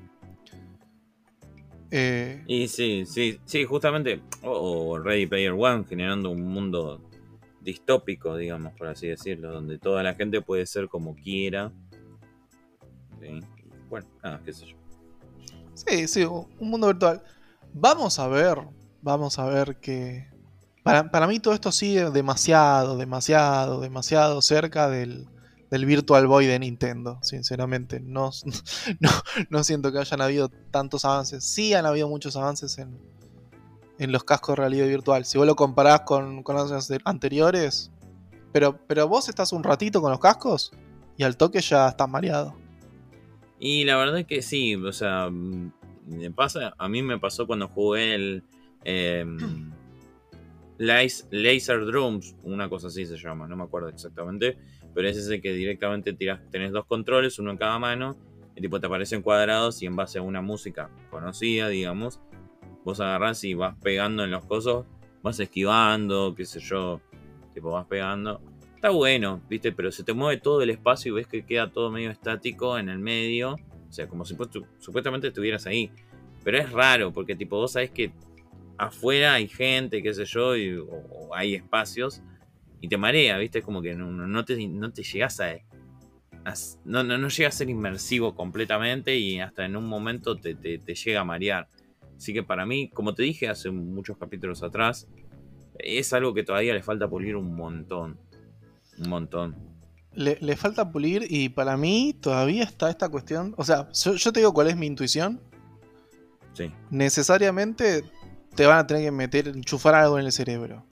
Eh, Y sí, sí, sí, justamente, o o Ready Player One, generando un mundo distópico, digamos, por así decirlo, donde toda la gente puede ser como quiera. ¿Sí? Bueno, nada, qué sé yo. sí, sí, un mundo virtual. Vamos a ver, vamos a ver que... Para, para mí todo esto sigue demasiado, demasiado, demasiado cerca del, del Virtual Boy de Nintendo, sinceramente. No, no, no siento que hayan habido tantos avances. Sí han habido muchos avances en, en los cascos de realidad virtual. Si vos lo comparás con, con años anteriores, pero, pero vos estás un ratito con los cascos y al toque ya estás mareado. Y la verdad es que sí, o sea, mm, me pasa, a mí me pasó cuando jugué el eh, Las- Laser Drums, una cosa así se llama, no me acuerdo exactamente, pero es ese que directamente tirás, tenés dos controles, uno en cada mano, y tipo te aparecen cuadrados y en base a una música conocida, digamos, vos agarrás y vas pegando en los cosos, vas esquivando, qué sé yo, tipo vas pegando. Está bueno, viste, pero se te mueve todo el espacio y ves que queda todo medio estático en el medio, o sea, como si pu- supuestamente estuvieras ahí. Pero es raro, porque tipo vos sabés que afuera hay gente, qué sé yo, y- o, o hay espacios, y te marea, viste, es como que no, no- no te, no te llegás a... a- no, no, no llega a ser inmersivo completamente y hasta en un momento te, te, te llega a marear. Así que para mí, como te dije hace muchos capítulos atrás, es algo que todavía le falta pulir un montón. Un montón. Le, le falta pulir y para mí todavía está esta cuestión. O sea, yo, yo te digo cuál es mi intuición. Sí. Necesariamente te van a tener que meter, enchufar algo en el cerebro.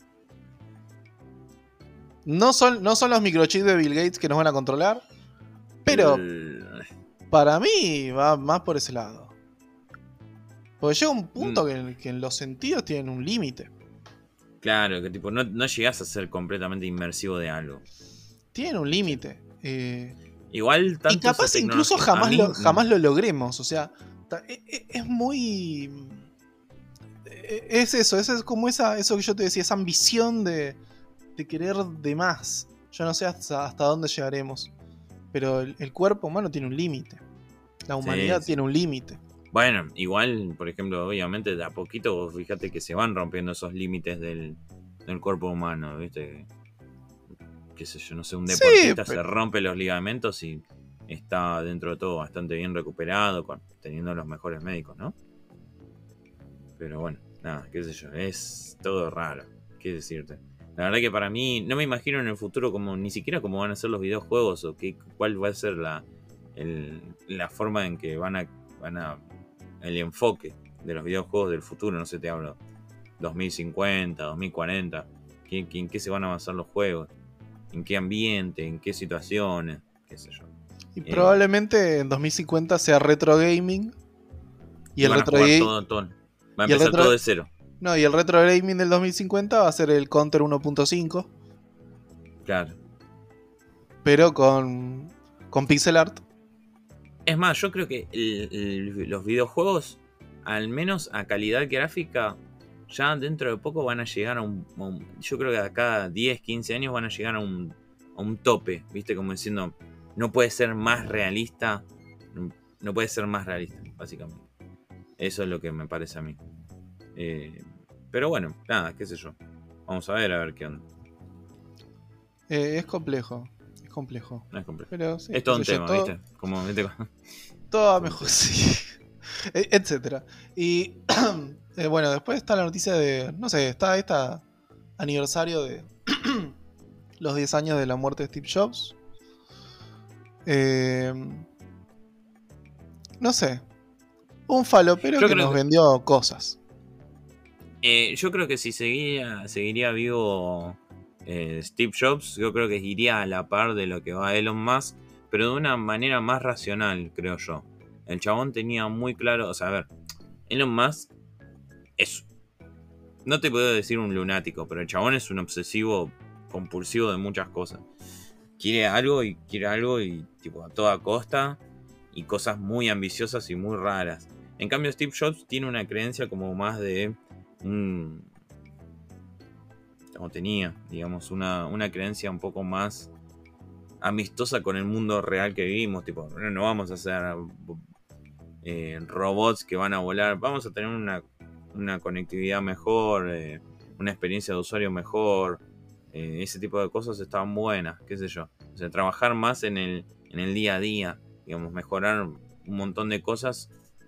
No son, no son los microchips de Bill Gates que nos van a controlar, pero El- para mí va más por ese lado. Porque llega un punto Mm. que, que los sentidos tienen un límite. Claro, que tipo, no, no llegás a ser completamente inmersivo de algo. Tienen un límite. Eh, Igual tanto y capaz esa incluso tecnología- a jamás mí- lo, jamás lo logremos. O sea, Es muy... Es eso, es como esa, eso que yo te decía, esa ambición de, de querer de más. Yo no sé hasta, hasta dónde llegaremos, pero el, el cuerpo humano tiene un límite. La humanidad sí, sí. tiene un límite. Bueno, igual, por ejemplo, obviamente de a poquito, fíjate que se van rompiendo esos límites del, del cuerpo humano, ¿viste? Qué sé yo, no sé, un deportista sí, pero... se rompe los ligamentos y está dentro de todo bastante bien recuperado, con, teniendo los mejores médicos, ¿no? Pero bueno, nada, qué sé yo, es todo raro, qué decirte. La verdad que para mí, no me imagino en el futuro como ni siquiera cómo van a ser los videojuegos o qué, cuál va a ser la, el, la forma en que van a, van a, el enfoque de los videojuegos del futuro, no sé, te hablo dos mil cincuenta, dos mil cuarenta, ¿en, en qué se van a basar los juegos? ¿En qué ambiente? ¿En qué situaciones? Qué sé yo. Y eh, probablemente en dos mil cincuenta sea retro gaming y, y el van retro a jugar ga- todo, todo. Va a empezar retro... todo de cero. No, y el retro gaming del dos mil cincuenta va a ser el Counter uno punto cinco. Claro. Pero con, con pixel art. Es más, yo creo que el, el, los videojuegos, al menos a calidad gráfica, ya dentro de poco van a llegar a un... A un yo creo que a cada diez, quince años van a llegar a un, a un tope, ¿viste? Como diciendo, no puede ser más realista. No puede ser más realista, básicamente. Eso es lo que me parece a mí. Eh, pero bueno, nada, qué sé yo. Vamos a ver, a ver qué onda. Eh, es complejo. Es complejo. No es complejo. Pero, sí, es todo un yo, tema, todo, ¿viste? Como, ¿viste? Todo mejor, sí. Etcétera. Y eh, bueno, después está la noticia de. No sé, está este aniversario de los diez años de la muerte de Steve Jobs. Eh, no sé. Un falopero yo que nos que, vendió cosas. Eh, yo creo que si seguía, seguiría vivo eh, Steve Jobs, yo creo que iría a la par de lo que va Elon Musk, pero de una manera más racional, creo yo. El chabón tenía muy claro, o sea, a ver, Elon Musk es, no te puedo decir un lunático, pero el chabón es un obsesivo compulsivo de muchas cosas. Quiere algo y quiere algo y tipo a toda costa y cosas muy ambiciosas y muy raras. En cambio Steve Jobs tiene una creencia como más de un... como tenía, digamos, una, una creencia un poco más amistosa con el mundo real que vivimos. Tipo, no, no vamos a hacer eh, robots que van a volar, vamos a tener una, una conectividad mejor, eh, una experiencia de usuario mejor. Eh, ese tipo de cosas estaban buenas, qué sé yo. O sea, trabajar más en el, en el día a día, digamos, mejorar un montón de cosas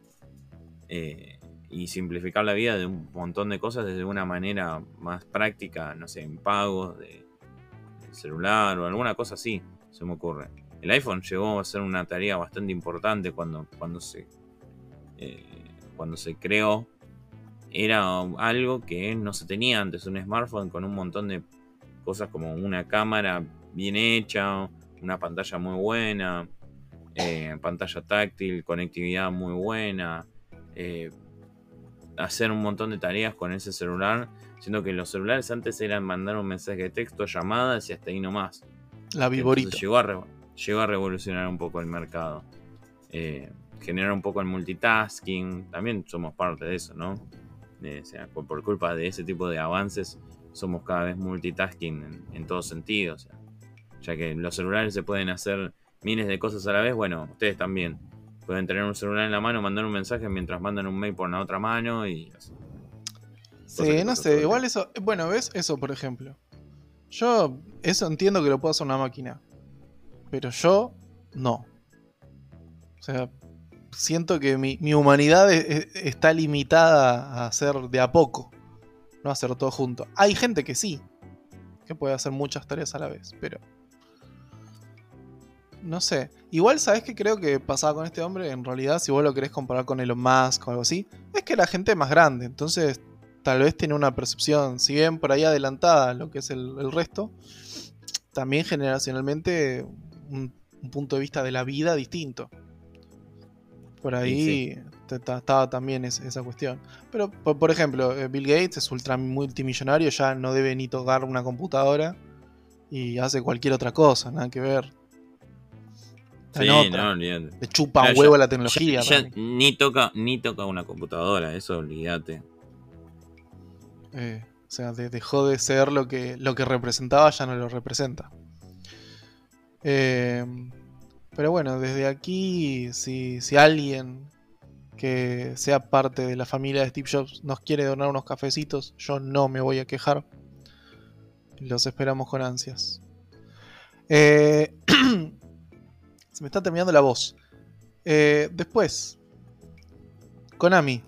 eh, y simplificar la vida de un montón de cosas desde una manera más práctica, no sé, en pagos de, de celular o alguna cosa así, se me ocurre. El iPhone llegó a ser una tarea bastante importante cuando, cuando se eh, cuando se creó. Era algo que no se tenía antes, un smartphone con un montón de cosas como una cámara bien hecha, una pantalla muy buena, eh, pantalla táctil, conectividad muy buena, eh, hacer un montón de tareas con ese celular, siendo que los celulares antes eran mandar un mensaje de texto, llamadas y hasta ahí nomás. La Viborito. Entonces llegó a, re- llegó a revolucionar un poco el mercado. Eh, generar un poco el multitasking, también somos parte de eso, ¿no? Eh, o sea, por, por culpa de ese tipo de avances somos cada vez multitasking en, en todos sentidos. O sea, ya que los celulares se pueden hacer miles de cosas a la vez, bueno, ustedes también pueden tener un celular en la mano, mandar un mensaje mientras mandan un mail por la otra mano y así. Sí, no sé, igual eso, bueno, ¿ves? Eso, por ejemplo. Yo, eso entiendo que lo puede hacer una máquina, pero yo, no. O sea, siento que mi, mi humanidad es, es, está limitada a hacer de a poco, no a hacer todo junto. Hay gente que sí, que puede hacer muchas tareas a la vez, pero no sé. Igual, ¿sabes qué creo que pasaba con este hombre? En realidad, si vos lo querés comparar con Elon Musk o algo así, es que la gente es más grande, entonces tal vez tiene una percepción, si bien por ahí adelantada a lo que es el, el resto, también generacionalmente un, un punto de vista de la vida distinto. Por ahí sí, estaba también es, esa cuestión. Pero, por, por ejemplo, Bill Gates es ultra multimillonario, ya no debe ni tocar una computadora y hace cualquier otra cosa, nada que ver. Está en Sí, otra. no, olvídate. Le chupa No, un huevo ya, la tecnología. ya, para ya mí. ni toca, ni toca una computadora, eso olvídate. Eh, o sea, de- dejó de ser lo que, lo que representaba, ya no lo representa. Eh, pero bueno, desde aquí, si, si alguien que sea parte de la familia de Steve Jobs nos quiere donar unos cafecitos, yo no me voy a quejar. Los esperamos con ansias. Eh, se me está terminando la voz. Eh, después, Konami.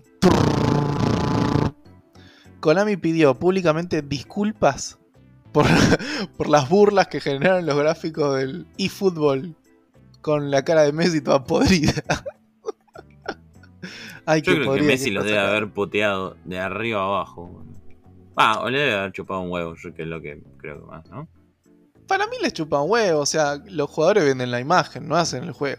Konami pidió públicamente disculpas por, por las burlas que generaron los gráficos del eFootball con la cara de Messi toda podrida. Ay, Yo qué creo que podrida que Messi está los esa debe cara. haber puteado de arriba a abajo. Ah, o le debe haber chupado un huevo, yo que es lo que creo que más, ¿no? Para mí les chupan huevo, o sea, los jugadores venden la imagen, no hacen el juego.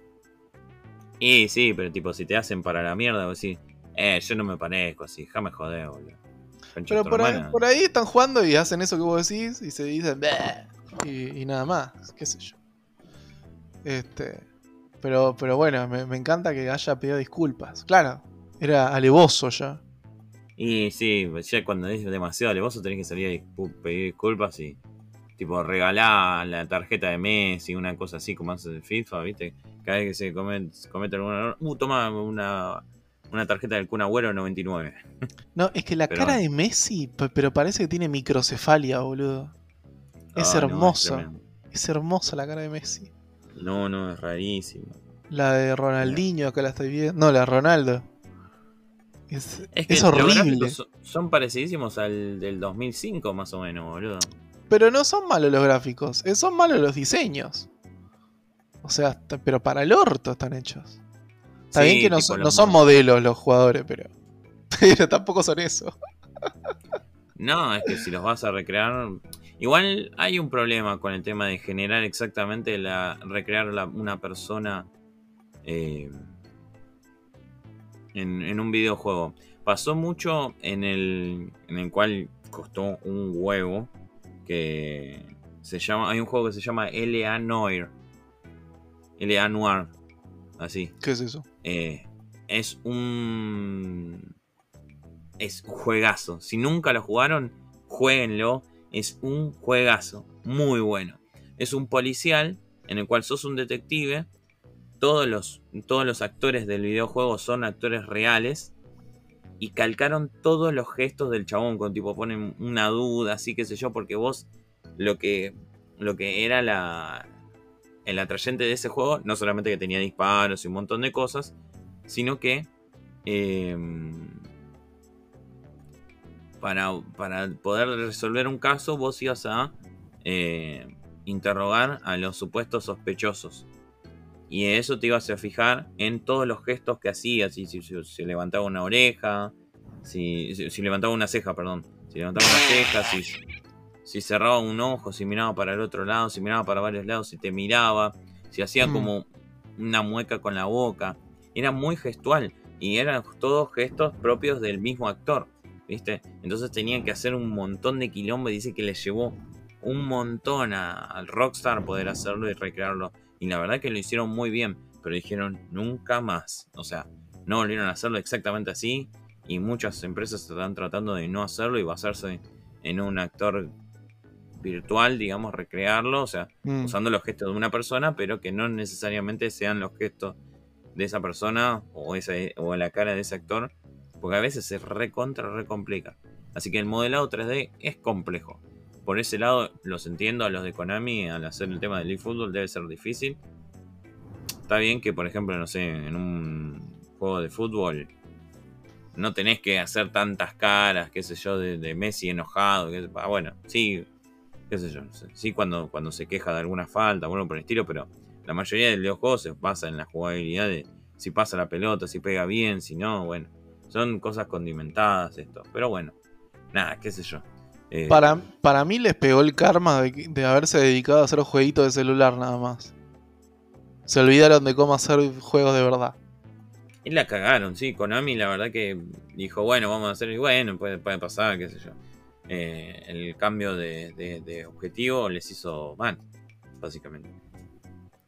Y sí, pero tipo, si te hacen para la mierda, vos decís, eh, yo no me parezco así, déjame joder, boludo. Concha de Pero tu por ahí, hermana. por ahí están jugando y hacen eso que vos decís y se dicen "Bleh", y, y nada más, qué sé yo. Este, pero, pero bueno, me, me encanta que haya pedido disculpas. Claro, era alevoso ya. Y sí, ya cuando es demasiado alevoso tenés que salir a discu- pedir disculpas y tipo regalar la tarjeta de Messi, una cosa así como hace el FIFA, ¿viste? Cada vez que se comete, comete algún error, uh, toma una, una tarjeta del Kun Agüero noventa y nueve. No, es que la Pero cara bueno, de Messi, p- pero parece que tiene microcefalia, boludo. Es ah, no, es hermoso. tremendo. Es hermosa la cara de Messi. No, no, es rarísimo. La de Eh, Ronaldinho, acá la estoy viendo. No, la de Ronaldo. Es, Es es que los gráficos horrible. so- son parecidísimos al del dos mil cinco más o menos, boludo. Pero no son malos los gráficos, eh, son malos los diseños. O sea, está- pero para el orto están hechos. Está bien que Sí, no, tipo son- los no son mo- modelos los jugadores, pero, pero tampoco son eso. No, es que si los vas a recrear. Igual hay un problema con el tema de generar exactamente la. Recrear la- una persona eh, en, en un videojuego. Pasó mucho en el. En el cual costó un huevo. Que se llama. Hay un juego que se llama L A. Noir. L A. Noir. Así. ¿Qué es eso? Eh, es un. Es un juegazo. Si nunca lo jugaron, jueguenlo. Es un juegazo. Muy bueno. Es un policial en el cual sos un detective. Todos los, todos los actores del videojuego son actores reales. Y calcaron todos los gestos del chabón. Con tipo ponen una duda, así que sé yo. Porque vos lo que, lo que era la, el atrayente de ese juego, no solamente que tenía disparos y un montón de cosas, sino que eh, para, para poder resolver un caso, vos ibas a eh, interrogar a los supuestos sospechosos. Y eso te ibas a fijar en todos los gestos que hacía. Si, si, si, si levantaba una oreja, si, si, si levantaba una ceja, perdón. Si levantaba una ceja, si, si cerraba un ojo, si miraba para el otro lado, si miraba para varios lados, si te miraba, si hacía Mm. como una mueca con la boca. Era muy gestual. Y eran todos gestos propios del mismo actor, ¿viste? Entonces tenían que hacer un montón de quilombo. Y dice que les llevó un montón a, al Rockstar poder hacerlo y recrearlo. Y la verdad que lo hicieron muy bien. Pero dijeron nunca más. O sea, no volvieron a hacerlo exactamente así. Y muchas empresas están tratando de no hacerlo y basarse en un actor virtual, digamos, recrearlo. O sea, Mm. usando los gestos de una persona, pero que no necesariamente sean los gestos de esa persona o, esa, o la cara de ese actor. Porque a veces se recontra, recomplica. Así que el modelado tres D es complejo. Por ese lado, los entiendo a los de Konami al hacer el tema del eFootball debe ser difícil. Está bien que, por ejemplo, no sé, en un juego de fútbol no tenés que hacer tantas caras, qué sé yo, de, de Messi enojado. Que, ah, bueno, sí, qué sé yo, no sé, sí cuando, cuando se queja de alguna falta, bueno, por el estilo, pero la mayoría de los juegos se basa en la jugabilidad de si pasa la pelota, si pega bien, si no, bueno. Son cosas condimentadas esto, pero bueno, nada, qué sé yo. Eh, Para, para mí les pegó el karma de, de haberse dedicado a hacer jueguitos de celular nada más. Se olvidaron de cómo hacer juegos de verdad. Y la cagaron, sí. Konami la verdad que dijo, bueno, vamos a hacer, y bueno, puede, puede pasar, qué sé yo. Eh, el cambio de, de, de objetivo les hizo mal, básicamente.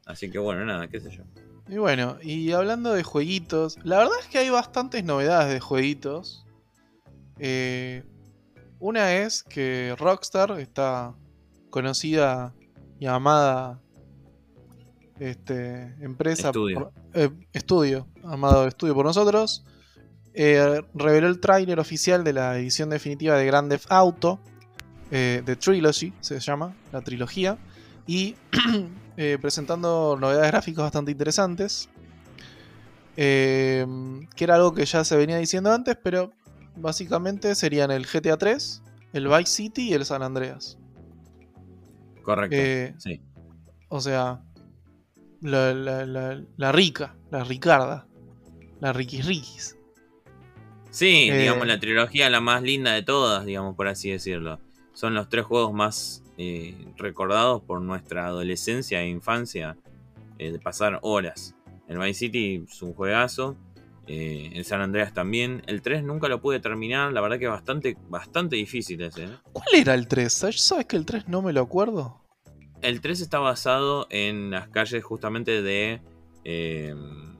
Así que bueno, nada, qué sé yo. Y bueno, y hablando de jueguitos, la verdad es que hay bastantes novedades de jueguitos. Eh, una es que Rockstar, esta conocida y amada este, empresa, Estudio. por- eh, estudio, amado estudio por nosotros, eh, reveló el tráiler oficial de la edición definitiva de Grand Theft Auto, eh, The Trilogy se llama, la trilogía, y eh, presentando novedades gráficas bastante interesantes, eh, que era algo que ya se venía diciendo antes, pero básicamente serían el G T A tres, el Vice City y el San Andreas. Correcto, Eh, sí. o sea, la, la, la, la rica, la Ricarda, la Riquis Riquis. Sí, Eh, digamos, la trilogía la más linda de todas, digamos, por así decirlo. Son los tres juegos más eh, recordados por nuestra adolescencia e infancia, eh, de pasar horas. El Vice City es un juegazo, eh, el San Andreas también. El tres nunca lo pude terminar, la verdad que bastante, bastante difícil ese. ¿eh? ¿Cuál era el tres? ¿Sabes que el tres no me lo acuerdo? El tres está basado en las calles justamente de... Eh,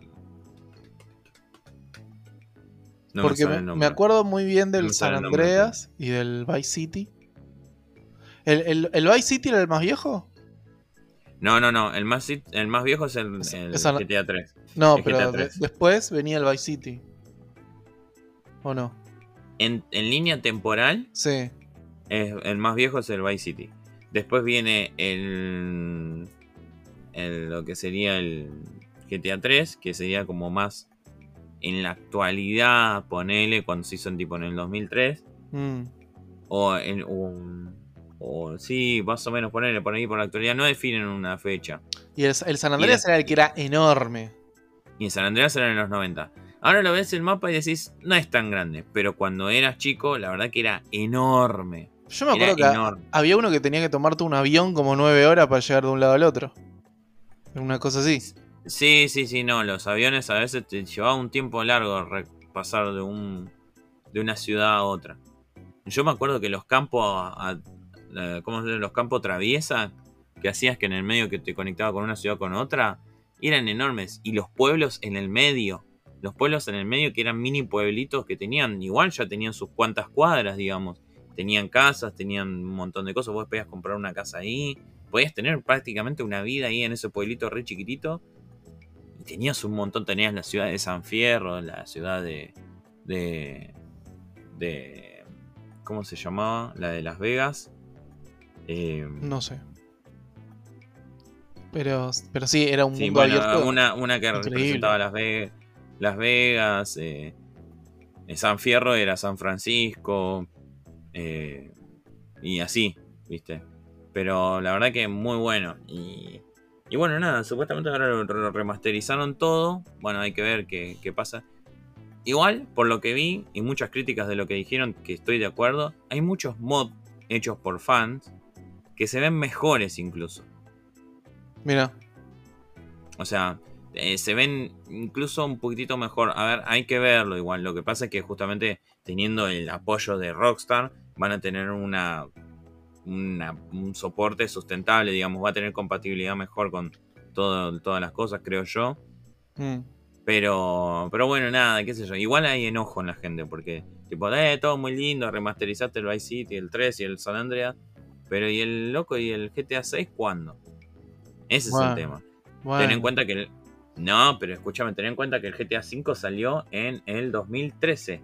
no me Porque sale me, el me nombre. acuerdo muy bien No del me San sale el nombre, Andreas y del Vice City. ¿El, el, el Vice City era el más viejo? No, no, no. El más, el más viejo es el, Es- el esa no- G T A tres. No, El pero G T A de- tres. después venía el Vice City. ¿O no? En, en línea temporal, Sí. es- el más viejo es el Vice City. Después viene el, el- lo que sería el G T A tres, que sería como más en la actualidad, ponele, cuando se hizo en tipo en el dos mil tres. Mm. O en un... O sí, más o menos ponele por ahí por la actualidad. No definen una fecha. Y el, el San Y Andreas de- era el que era enorme. Y en San Andreas eran en los noventa. Ahora lo ves el mapa y decís, no es tan grande. Pero cuando eras chico, la verdad que era enorme. Yo me Era acuerdo que a- enorme. había uno que tenía que tomarte un avión como nueve horas para llegar de un lado al otro. Una cosa así. Sí, sí, sí, no. Los aviones a veces te llevaba un tiempo largo re- pasar de un de una ciudad a otra. Yo me acuerdo que los campos a- a- a- ¿cómo se llama? Los campos traviesa que hacías que en el medio que te conectaba con una ciudad con otra eran enormes. Y los pueblos en el medio. Los pueblos en el medio que eran mini pueblitos que tenían, igual ya tenían sus cuantas cuadras, digamos. Tenían casas, tenían un montón de cosas. Vos podías comprar una casa ahí. Podías tener prácticamente una vida ahí en ese pueblito re chiquitito. Y tenías un montón. Tenías la ciudad de San Fierro, la ciudad de... de... de ¿cómo se llamaba? La de Las Vegas. Eh, No sé. Pero, pero sí, era un sí, mundo bueno, abierto. una, una que increíble. representaba Las Vegas. Las Vegas. Eh, San Fierro era San Francisco. Eh, y así, ¿viste? Pero la verdad que muy bueno. Y, y bueno, nada, supuestamente ahora lo, lo remasterizaron todo. Bueno, hay que ver qué, qué pasa. Igual, por lo que vi, y muchas críticas de lo que dijeron, que estoy de acuerdo, hay muchos mods hechos por fans que se ven mejores incluso. Mira. O sea, eh, se ven incluso un poquitito mejor. A ver, hay que verlo igual. Lo que pasa es que justamente teniendo el apoyo de Rockstar, van a tener una, una un soporte sustentable, digamos. Va a tener compatibilidad mejor con todo, todas las cosas, creo yo. Mm. Pero, pero bueno, nada, qué sé yo. Igual hay enojo en la gente porque, tipo, eh, todo muy lindo, remasterizaste el Vice City, el tres y el San Andreas. Pero, ¿y el loco y el G T A seis cuándo? Ese Bueno, es el tema. bueno. Ten en cuenta que el... No, pero escúchame, ten en cuenta que el G T A cinco salió en el dos mil trece.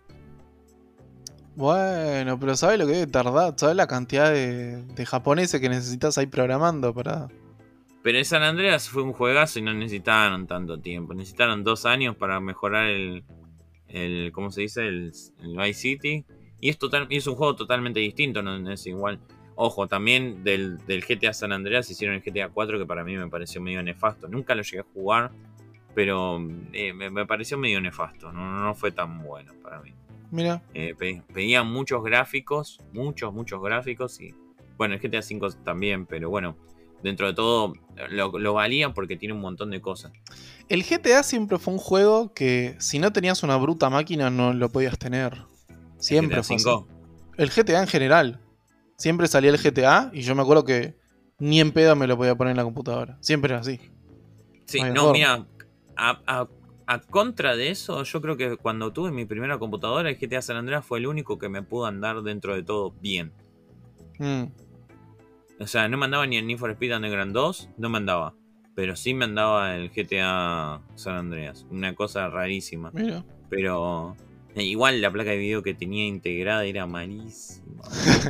Bueno, pero ¿sabes lo que debe tardar? ¿Sabes la cantidad de, de japoneses que necesitas ahí programando para...? Pero el San Andreas fue un juegazo y no necesitaron tanto tiempo. Necesitaron dos años para mejorar el... el ¿cómo se dice? El, el Vice City. Y es, total, y es un juego totalmente distinto, no, no es igual. Ojo, también del, del G T A San Andreas hicieron el G T A cuatro, que para mí me pareció medio nefasto. Nunca lo llegué a jugar, pero eh, me, me pareció medio nefasto. No, no fue tan bueno para mí. Mira. Eh, pe- pedían muchos gráficos, muchos, muchos gráficos. Y bueno, el G T A cinco también, pero bueno, dentro de todo lo, lo valían porque tiene un montón de cosas. El G T A siempre fue un juego que si no tenías una bruta máquina no lo podías tener. Siempre ¿El G T A fue así. cinco? El G T A en general. Siempre salía el G T A y yo me acuerdo que ni en pedo me lo podía poner en la computadora. Siempre era así. Sí, No, no, mira, a, a, a contra de eso, yo creo que cuando tuve mi primera computadora, el G T A San Andreas fue el único que me pudo andar dentro de todo bien. Mm. O sea, no me andaba ni el Need for Speed Underground dos, no me andaba. Pero sí me andaba el G T A San Andreas. Una cosa rarísima. Mira. Pero eh, igual la placa de video que tenía integrada era malísima.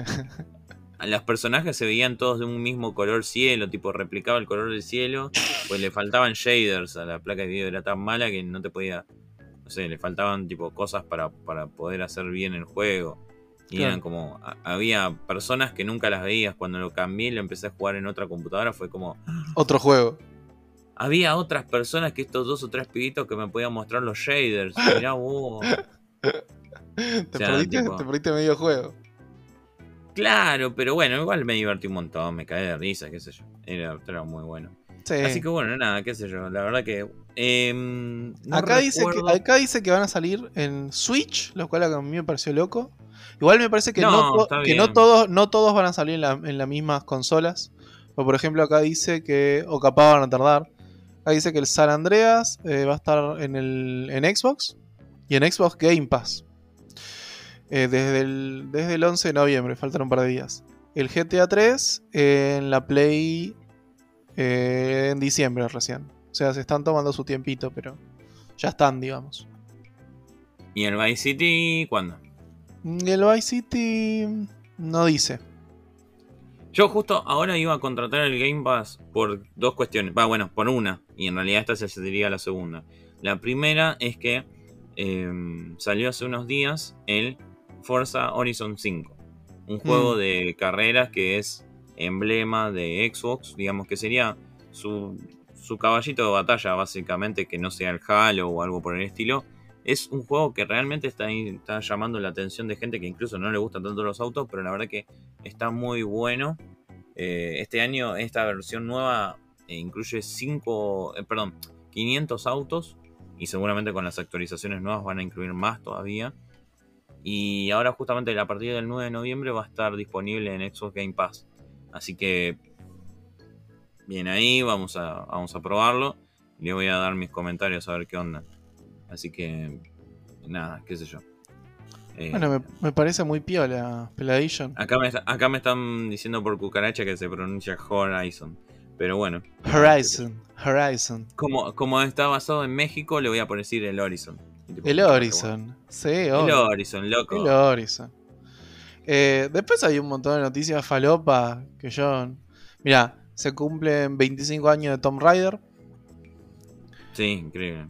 Los personajes se veían todos de un mismo color cielo, tipo replicaba el color del cielo, pues le faltaban shaders a la placa de video, era tan mala que no te podía, no sé, le faltaban tipo cosas para, para poder hacer bien el juego. Y Claro. eran como, a- había personas que nunca las veías. Cuando lo cambié y lo empecé a jugar en otra computadora fue como, Otro juego. había otras personas que estos dos o tres pibitos que me podían mostrar los shaders. Mirá vos. Te, O sea, perdiste, tipo- te perdiste medio juego. Claro, pero bueno, igual me divertí un montón, me caí de risa, qué sé yo. Era, era muy bueno. Sí. Así que bueno, nada, qué sé yo. La verdad que. em, no acá, dice que, recuerdo- acá dice que van a salir en Switch, lo cual a mí me pareció loco. Igual me parece que, no, No, to- está que no, bien. todos, no todos van a salir en, la- en las mismas consolas. O por ejemplo acá dice que, o capaz van a tardar. Acá dice que el San Andreas eh, va a estar en, el, en Xbox y en Xbox Game Pass. Eh, desde, el, desde el once de noviembre, faltan un par de días. El G T A tres eh, en la Play eh, en diciembre recién. O sea, se están tomando su tiempito, pero ya están, digamos. ¿Y el Vice City cuándo? Y el Vice City no dice. Yo justo ahora iba a contratar el Game Pass por dos cuestiones. Va, bueno, por una. Y en realidad esta se sería la segunda. La primera es que eh, salió hace unos días el Forza Horizon cinco. Un juego Mm. de carreras que es emblema de Xbox. Digamos que sería su, su caballito de batalla, básicamente, que no sea el Halo o algo por el estilo. Es un juego que realmente está, está llamando la atención de gente que incluso no le gustan tanto los autos, pero la verdad que está muy bueno. Eh, este año esta versión nueva eh, incluye cinco, eh, perdón, quinientos autos y seguramente con las actualizaciones nuevas van a incluir más todavía. Y ahora justamente a partir del nueve de noviembre va a estar disponible en Xbox Game Pass. Así que bien ahí, vamos a, vamos a probarlo. Y le voy a dar mis comentarios a ver qué onda. Así que nada, qué sé yo. Eh, Bueno, me, me parece muy piola Peladition. acá, me, acá me están diciendo por cucaracha que se pronuncia Horizon. Pero bueno. Horizon, Horizon. Como, como está basado en México, le voy a poner decir el Horizon. Y tipo, El Horizon. Sí, El obvio. Horizon, loco. El Horizon. Eh, después hay un montón de noticias falopa que yo... Mira, se cumplen veinticinco años de Tomb Raider. Sí, increíble.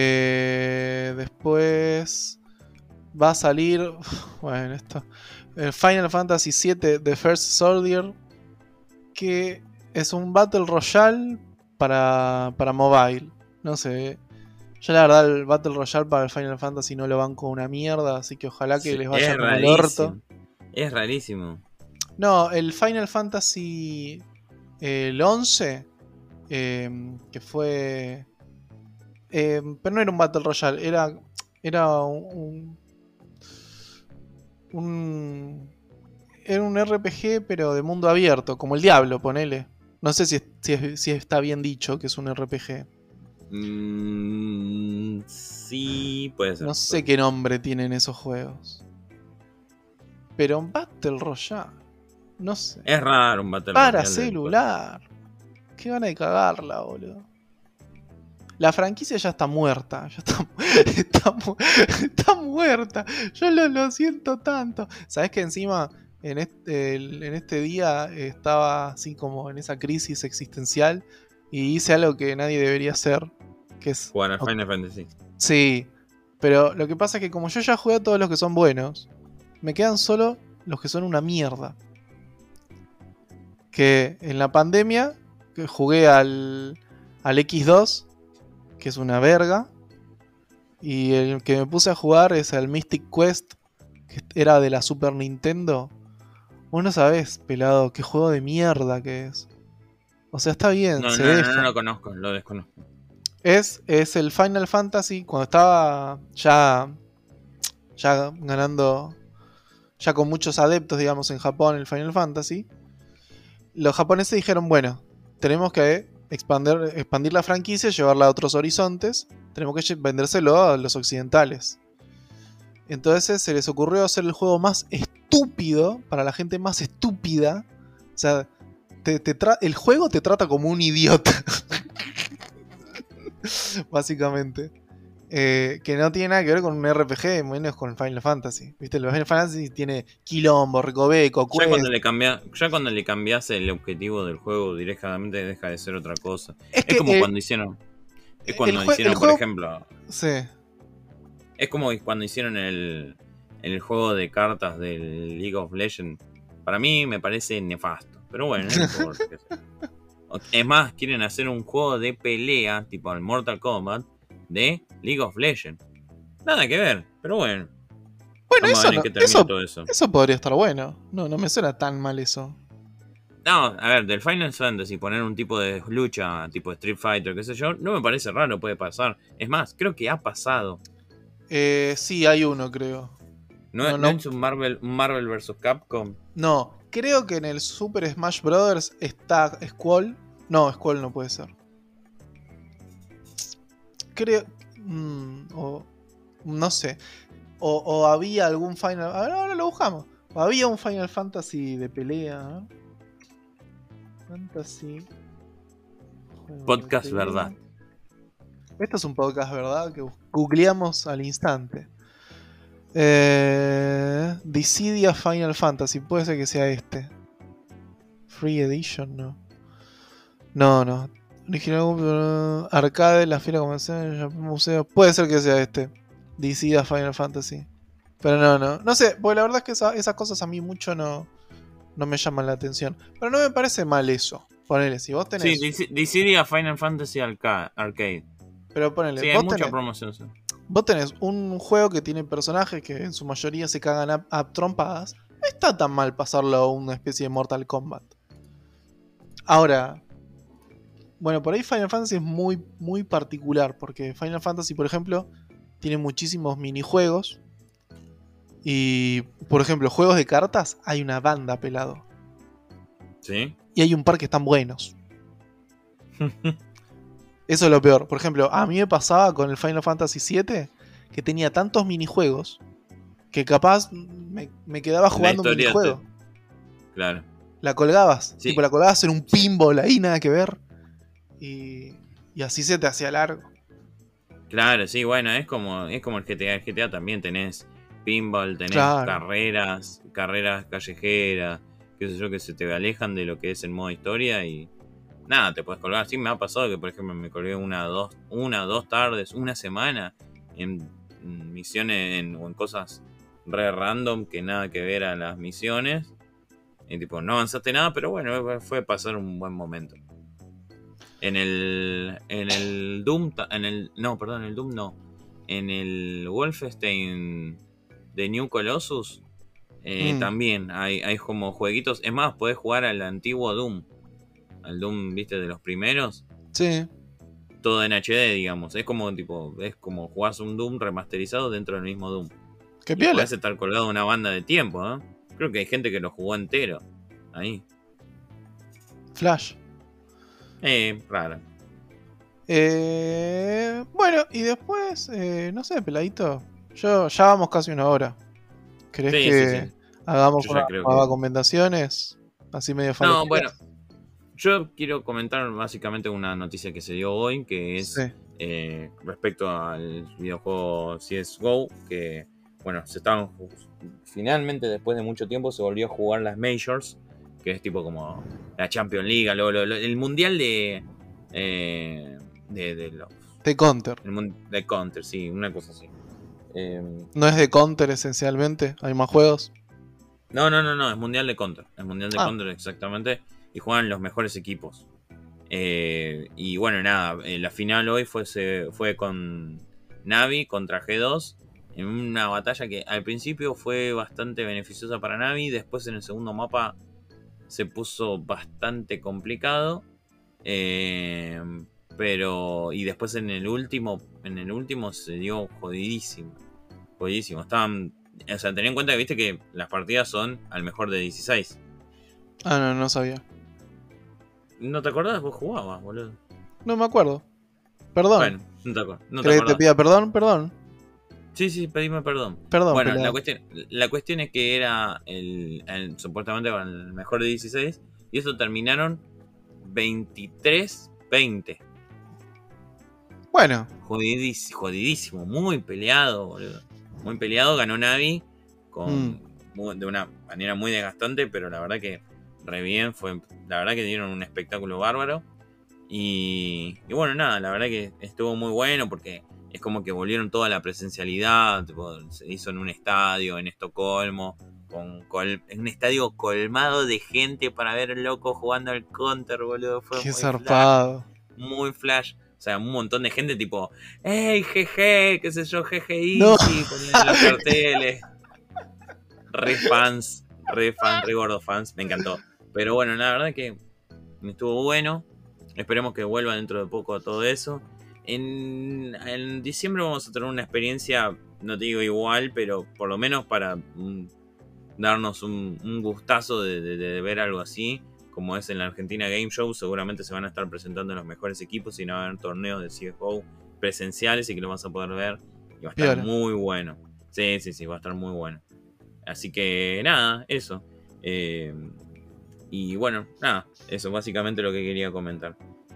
Eh, después va a salir... Bueno, esto... El Final Fantasy siete The First Soldier. Que es un Battle Royale para, para mobile. No sé. Yo la verdad el Battle Royale para el Final Fantasy no lo banco una mierda. Así que ojalá que Sí, les vaya es como el orto. rarísimo. Es rarísimo. No, el Final Fantasy eh, el once, eh, que fue... eh, pero no era un Battle Royale, era, era un, un... Era un R P G, pero de mundo abierto, como el Diablo, ponele. No sé si, si, si está bien dicho que es un R P G. Mm, sí, puede ser. No sé qué nombre tienen esos juegos. Pero un Battle Royale, no sé. Es raro un Battle Para Royale del- celular. Qué gana de cagarla, boludo. La franquicia ya está muerta. Ya está, está, mu- está muerta. Yo lo, lo siento tanto. ¿Sabes que encima en este, el- en este día estaba así como en esa crisis existencial y hice algo que nadie debería hacer? Que es... Jugar al Final Fantasy. Sí. Pero lo que pasa es que como yo ya jugué a todos los que son buenos, me quedan solo los que son una mierda. Que en la pandemia que jugué al, al equis dos, que es una verga. Y el que me puse a jugar es el Mystic Quest, que era de la Super Nintendo. Vos no sabés, pelado, qué juego de mierda que es. O sea, está bien, No, se no, no, deja. no lo conozco, lo desconozco. Es, es el Final Fantasy cuando estaba ya, ya ganando, ya con muchos adeptos, digamos, en Japón, el Final Fantasy. los japoneses dijeron, bueno, tenemos que expandir, expandir la franquicia, llevarla a otros horizontes, tenemos que vendérselo a los occidentales. Entonces se les ocurrió hacer el juego más estúpido, para la gente más estúpida. O sea, te, te tra- el juego te trata como un idiota. Básicamente. Eh, que no tiene nada que ver con un R P G, menos con Final Fantasy. ¿Viste? El Final Fantasy tiene quilombo, recoveco, Ya cuando, quest. le cambia, ya cuando le cambias el objetivo del juego directamente deja de ser otra cosa. Es Es que como eh, cuando hicieron. Es el, cuando jue- el hicieron, por juego. ejemplo. Sí. Es como cuando hicieron el, el juego de cartas del League of Legends. Para mí me parece nefasto. Pero bueno, no importa. qué sé. Es más, quieren hacer un juego de pelea, tipo el Mortal Kombat, de League of Legends. Nada que ver, pero bueno. Bueno, Vamos a eso ver en no. qué termina Eso, todo eso. eso podría estar bueno. No, no me suena tan mal eso. No, a ver, del Final Fantasy poner un tipo de lucha, tipo Street Fighter, qué sé yo, no me parece raro, puede pasar. Es más, creo que ha pasado. Eh, sí, hay uno, creo. ¿No, No, no no. es un Marvel, un Marvel versus. Capcom? No, creo que en el Super Smash Bros. Está Squall. No, Squall no puede ser. Creo. mm, o, no sé. O, o había algún Final. A ver, ahora lo buscamos. O había un Final Fantasy de pelea. ¿eh? Fantasy. juego de Podcast pelea. verdad. Esto es un podcast, ¿verdad? Que googleamos al instante. Eh, Dissidia Final Fantasy. Puede ser que sea este. Free Edition, no. No, no. Original uh, Arcade, la fiera comercial, museo. Puede ser que sea este. Dissidia Final Fantasy. Pero no, no. No sé, porque la verdad es que esa, esas cosas a mí mucho no, no me llaman la atención. Pero no me parece mal eso. Ponele, si vos tenés. Sí, Dissidia Final Fantasy Arca- Arcade. Pero ponele, Sí, hay vos mucha tenés. promoción. Sí. Vos tenés un juego que tiene personajes que en su mayoría se cagan a, a trompadas. No está tan mal pasarlo a una especie de Mortal Kombat. Ahora, bueno, por ahí Final Fantasy es muy, muy particular. Porque Final Fantasy, por ejemplo, tiene muchísimos minijuegos. Y, por ejemplo, juegos de cartas, hay una banda pelado. ¿Sí? Y hay un par que están buenos. Eso es lo peor. Por ejemplo, a mí me pasaba con el Final Fantasy siete que tenía tantos minijuegos que capaz me, me quedaba jugando un minijuego. Te... Claro. La colgabas. Sí. Tipo, la colgabas en un pinball ahí, nada que ver. Y, y así se te hacía largo. Claro, sí, bueno, es como, es como el G T A. El G T A también tenés pinball, tenés Claro. carreras, carreras callejeras, qué sé yo, que se te alejan de lo que es el modo historia y nada, te puedes colgar. Sí, me ha pasado que, por ejemplo, me colgué una, dos, una, dos tardes, una semana en, en misiones en, o en cosas re random que nada que ver a las misiones. Y tipo, no avanzaste nada, pero bueno, fue pasar un buen momento. En el. En el Doom. En el. No, perdón, en el Doom no. En el Wolfenstein de New Colossus. Eh, mm. También hay, hay como jueguitos. Es más, podés jugar al antiguo Doom. Al Doom, viste, de los primeros. Sí. Todo en H D, digamos. Es como tipo. Es como jugás un Doom remasterizado dentro del mismo Doom. Qué piola. Podés estar colgado una banda de tiempo, ¿eh? Creo que hay gente que lo jugó entero. Ahí. Flash. Eh, raro. Eh, bueno, y después, eh, no sé, peladito. Yo, ya vamos casi una hora. ¿Querés sí, que sí, sí. hagamos Yo unas que... recomendaciones? Así medio faloperas. No, bueno. Yo quiero comentar básicamente una noticia que se dio hoy, que es sí. eh, respecto al videojuego C S G O, que, bueno, se estaban finalmente, después de mucho tiempo, se volvió a jugar las Majors, que es tipo como la Champions League, lo, lo, lo, el mundial de, eh, de, de los... De Counter. El, de Counter, sí, una cosa así. Eh, ¿No es de Counter esencialmente? ¿Hay más juegos? No, no, no, no, es mundial de Counter. Es mundial de ah. Counter exactamente. Y juegan los mejores equipos. Eh, y bueno, nada, eh, la final hoy fue, se, fue con Navi contra G dos. En una batalla que al principio fue bastante beneficiosa para Navi. Después en el segundo mapa se puso bastante complicado. Eh, pero. Y después en el último. En el último se dio jodidísimo. Jodidísimo. Estaban. O sea, ten en cuenta que viste que las partidas son al mejor de dieciséis. Ah, no, no sabía. ¿No te acordás? Vos jugabas, boludo. No me acuerdo. Perdón. Bueno, no te, acuer- no te ¿Querés que te acordás. pida perdón? Perdón. Sí, sí, pedime perdón. Perdón, Bueno, la pelado. cuestión, la cuestión es que era el, el- supuestamente con el mejor de dieciséis y eso terminaron veintitrés veinte. Bueno, Jodidísimo, jodidísimo, muy peleado, boludo. Muy peleado, ganó Navi mm, con, mu- de una manera muy desgastante, pero la verdad que re bien, fue, la verdad que dieron un espectáculo bárbaro. Y, y bueno, nada, la verdad que estuvo muy bueno porque es como que volvieron toda la presencialidad, tipo, se hizo en un estadio en Estocolmo, con, col- en un estadio colmado de gente para ver el loco jugando al counter, boludo, fue qué muy flash, zarpado. muy flash. O sea, un montón de gente tipo, ¡Ey, jeje! ¿Qué sé yo? Jeje No. Easy, poniendo en los carteles. Re fans, re fans, re gordo fans, me encantó. Pero bueno, la verdad que estuvo bueno. Esperemos que vuelva dentro de poco todo eso. En, en diciembre vamos a tener una experiencia, no te digo igual, pero por lo menos para mm, darnos un, un gustazo de, de- de ver algo así, como es en la Argentina Game Show. Seguramente se van a estar presentando los mejores equipos y no va a haber torneos de C S G O presenciales y que lo vas a poder ver. Y va a estar Piola. muy bueno. Sí, sí, sí, va a estar muy bueno. Así que nada, eso. Eh, y bueno, nada, eso básicamente lo que quería comentar.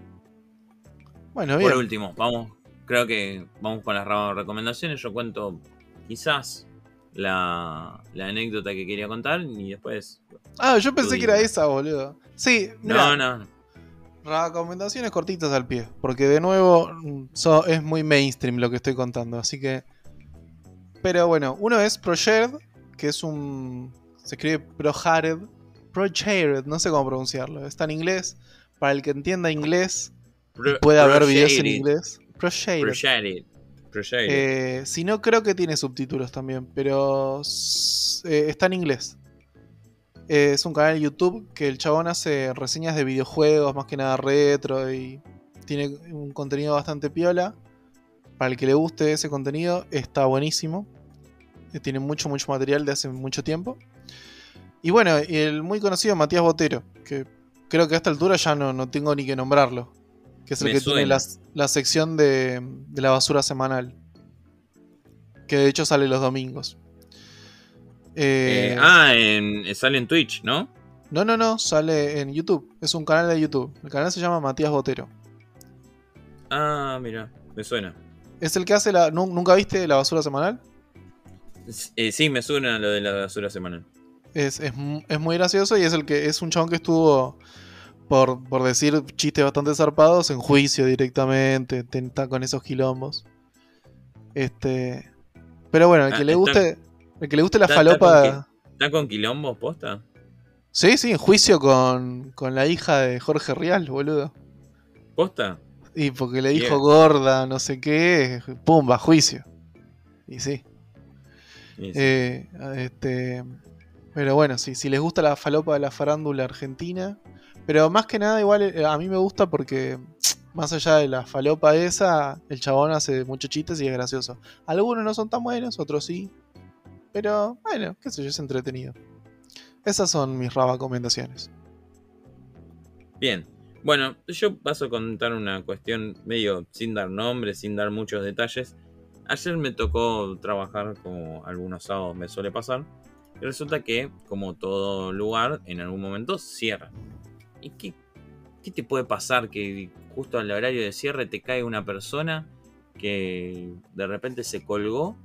Bueno, Por bien. último, vamos, creo que vamos con las ra- recomendaciones. Yo cuento quizás la, la anécdota que quería contar y después Ah, yo tú pensé que era dirás. esa, boludo. Sí, No, mira, no. recomendaciones cortitas al pie. Porque de nuevo, mm, so- es muy mainstream lo que estoy contando. Así que. Pero bueno, uno es Projared, que es un. Se escribe Projared. Projared, no sé cómo pronunciarlo. Está en inglés. Para el que entienda inglés y Pro, pueda ver videos en Proshaded. inglés. Projared. Proshaded. Proshaded. Eh, si no, creo que tiene subtítulos también. Pero s- eh, está en inglés. Eh, es un canal de YouTube que el chabón hace reseñas de videojuegos, más que nada retro, y tiene un contenido bastante piola. Para el que le guste ese contenido, está buenísimo. Eh, Tiene mucho, mucho material de hace mucho tiempo. Y bueno, y el muy conocido Matías Botero, que creo que a esta altura ya no, no tengo ni que nombrarlo. Que es el Me que tiene suena. las- la sección de, de la basura semanal. Que de hecho sale los domingos. Eh, Eh, ah, en, sale en Twitch, ¿no? no, no, no, sale en YouTube. Es un canal de YouTube. El canal se llama Matías Botero. Ah, mira, me suena. Es el que hace la. ¿nu- ¿Nunca viste la basura semanal? S- eh, sí, me suena lo de la basura semanal. Es, es, mu- es muy gracioso y es el que es un chabón que estuvo, por, por decir chistes bastante zarpados, en juicio directamente. te- Está con esos quilombos. Este. Pero bueno, el Ah, que le está, guste. El que le guste la está, está con, qui- falopa. está con quilombo, posta. Sí, sí, en juicio con, con la hija de Jorge Rial, boludo. ¿Posta? Y porque le dijo Yeah. gorda, no sé qué. Pumba, juicio. Y sí. Sí, sí. Eh, este, pero bueno, sí, si les gusta la falopa de la farándula argentina. Pero más que nada, igual eh, a mí me gusta porque, más allá de la falopa esa, el chabón hace muchos chistes y es gracioso. Algunos no son tan buenos, otros sí. Pero bueno, qué sé yo, es entretenido. Esas son mis recomendaciones. Bien. Bueno, yo paso a contar una cuestión medio sin dar nombres, sin dar muchos detalles. Ayer me tocó trabajar como algunos sábados me suele pasar. Y resulta que, como todo lugar, en algún momento cierra. ¿Y qué, qué te puede pasar? Que justo al horario de cierre te cae una persona que de repente se colgó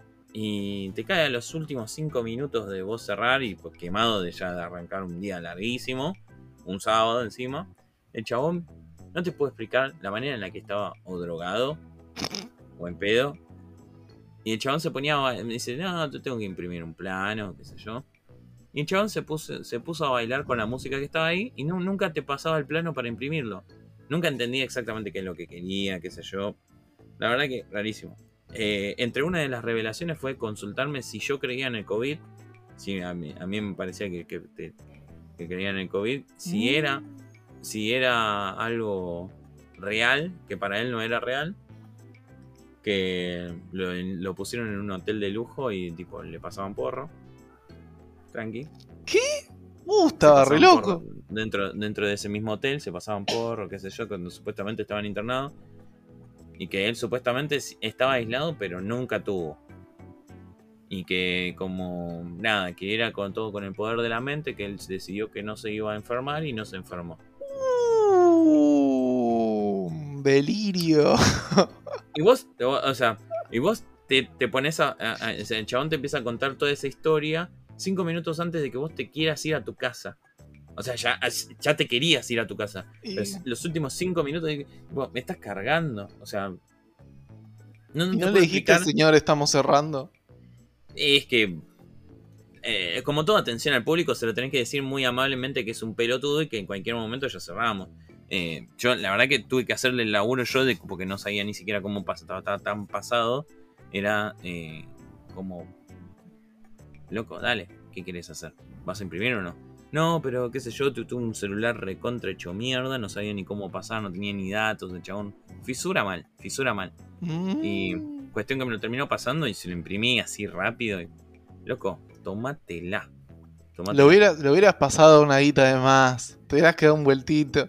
y te cae a los últimos cinco minutos de vos cerrar y pues quemado de ya de arrancar un día larguísimo, un sábado encima. El chabón no te puedo explicar la manera en la que estaba o drogado o en pedo. Y el chabón se ponía, a ba- me dice, no, te tengo que imprimir un plano, qué sé yo. Y el chabón se puso, se puso a bailar con la música que estaba ahí y no, nunca te pasaba el plano para imprimirlo. Nunca entendía exactamente qué es lo que quería, qué sé yo. La verdad que rarísimo. Eh, entre una de las revelaciones fue consultarme si yo creía en el COVID. Si a mí, a mí me parecía que, que, te- que creía en el COVID. Si era, si era algo real, que para él no era real. Que lo, lo pusieron en un hotel de lujo y tipo le pasaban porro. Tranqui. ¿Qué? Uh, Se estaba re pasaban porro loco. dentro, dentro de ese mismo hotel, se pasaban porro, qué sé yo, cuando supuestamente estaban internados. Y que él supuestamente estaba aislado, pero nunca tuvo. Y que como nada, que era con todo con el poder de la mente, que él decidió que no se iba a enfermar y no se enfermó. Uh, delirio. Y vos, o sea, y vos te, te pones a, a, a, o sea, el chabón te empieza a contar toda esa historia cinco minutos antes de que vos te quieras ir a tu casa. O sea, ya, ya te querías ir a tu casa. Pero Y, los últimos cinco minutos, vos, me estás cargando. O sea, no, ¿y no te no le puedo dijiste, explicar. señor, estamos cerrando? Es que, eh, como toda atención al público, se lo tenés que decir muy amablemente que es un pelotudo y que en cualquier momento ya cerramos. Eh, yo, la verdad, que tuve que hacerle el laburo yo de, porque no sabía ni siquiera cómo pasaba, estaba, estaba tan pasado. Era eh, como, loco, dale, ¿qué querés hacer? ¿Vas a imprimir o no? No, pero qué sé yo, tuve un celular recontra hecho mierda, no sabía ni cómo pasar, no tenía ni datos, el chabón. Fisura mal, fisura mal. Y Mm. cuestión que me lo terminó pasando y se lo imprimí así rápido. Y, loco, tómatela. Lo, Tómatela. hubiera, lo hubieras pasado una guita de más. Te hubieras quedado un vueltito.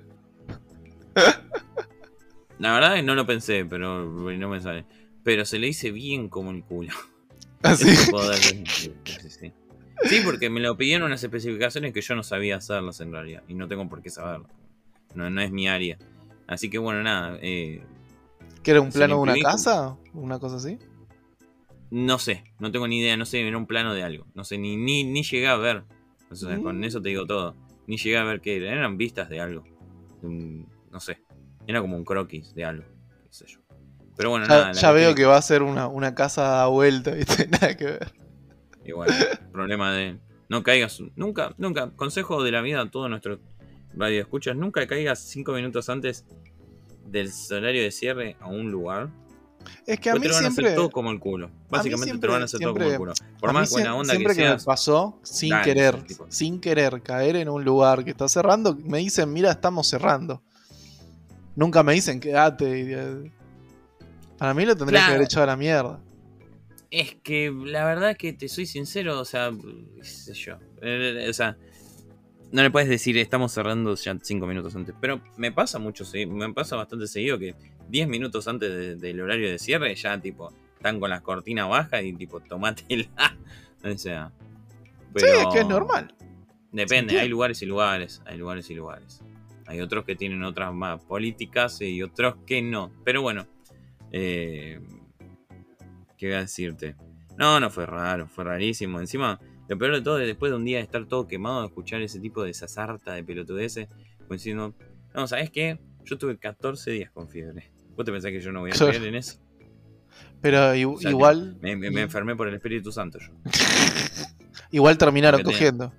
La verdad es que no lo pensé, pero no me sale. Pero se le hice bien como el culo. Así. Eso te puedo dar. Sí, sí, sí. Sí, porque me lo pidieron unas especificaciones que yo no sabía hacerlas en realidad. Y no tengo por qué saberlas. No, no es mi área. Así que bueno, nada. Eh, ¿Que era un se lo plano de una imprimí. Con... casa? ¿Una cosa así? No sé, no tengo ni idea. No sé, era un plano de algo. No sé, ni, ni, ni llegué a ver. O sea, Mm. con eso te digo todo. Ni llegué a ver qué era. Eran vistas de algo. De un, no sé. Era como un croquis de algo. Qué sé yo. Pero bueno, Ya, nada. La ya veo es que va a ser una, una casa a vuelta, ¿viste? Nada que ver. Y bueno, problema de. No caigas. Nunca, nunca. Consejo de la vida a todos nuestros radioescuchas. Nunca caigas cinco minutos antes del horario de cierre a un lugar. Es que a Pues te mí lo van a hacer siempre. todo como el culo. A mí Básicamente te lo van a siempre, hacer todo como el siempre. culo. Por A mí más buena sie- onda que siempre que me seas, pasó, sin dale, querer, sos tipo. sin querer caer en un lugar que está cerrando, me dicen, mira, estamos cerrando. Nunca me dicen, quédate. y, eh, Para mí lo tendría que haber Claro, echado a la mierda. es que la verdad que te soy sincero, o sea, qué sé yo. Eh, o sea, no le puedes decir estamos cerrando ya cinco minutos antes. Pero me pasa mucho, sí, me pasa bastante seguido que diez minutos antes de, del horario de cierre ya tipo están con las cortinas bajas y tipo tomátela. O sea, Sí, es que es pero normal. Se depende, hay entiende. lugares y lugares, hay lugares y lugares. Hay otros que tienen otras más políticas y otros que no. Pero bueno, eh, ¿qué voy a decirte? No, no fue raro, fue rarísimo. Encima, lo peor de todo es después de un día de estar todo quemado, escuchar ese tipo de sasarta de pelotudeces, pues diciendo, no, ¿sabes qué? Yo tuve catorce días con fiebre. ¿Vos te pensás que yo no voy a Claro. creer en eso? Pero O i- sea, tipo, igual. me, me- me enfermé por el Espíritu Santo yo. Igual terminaron Porque tenía... cogiendo.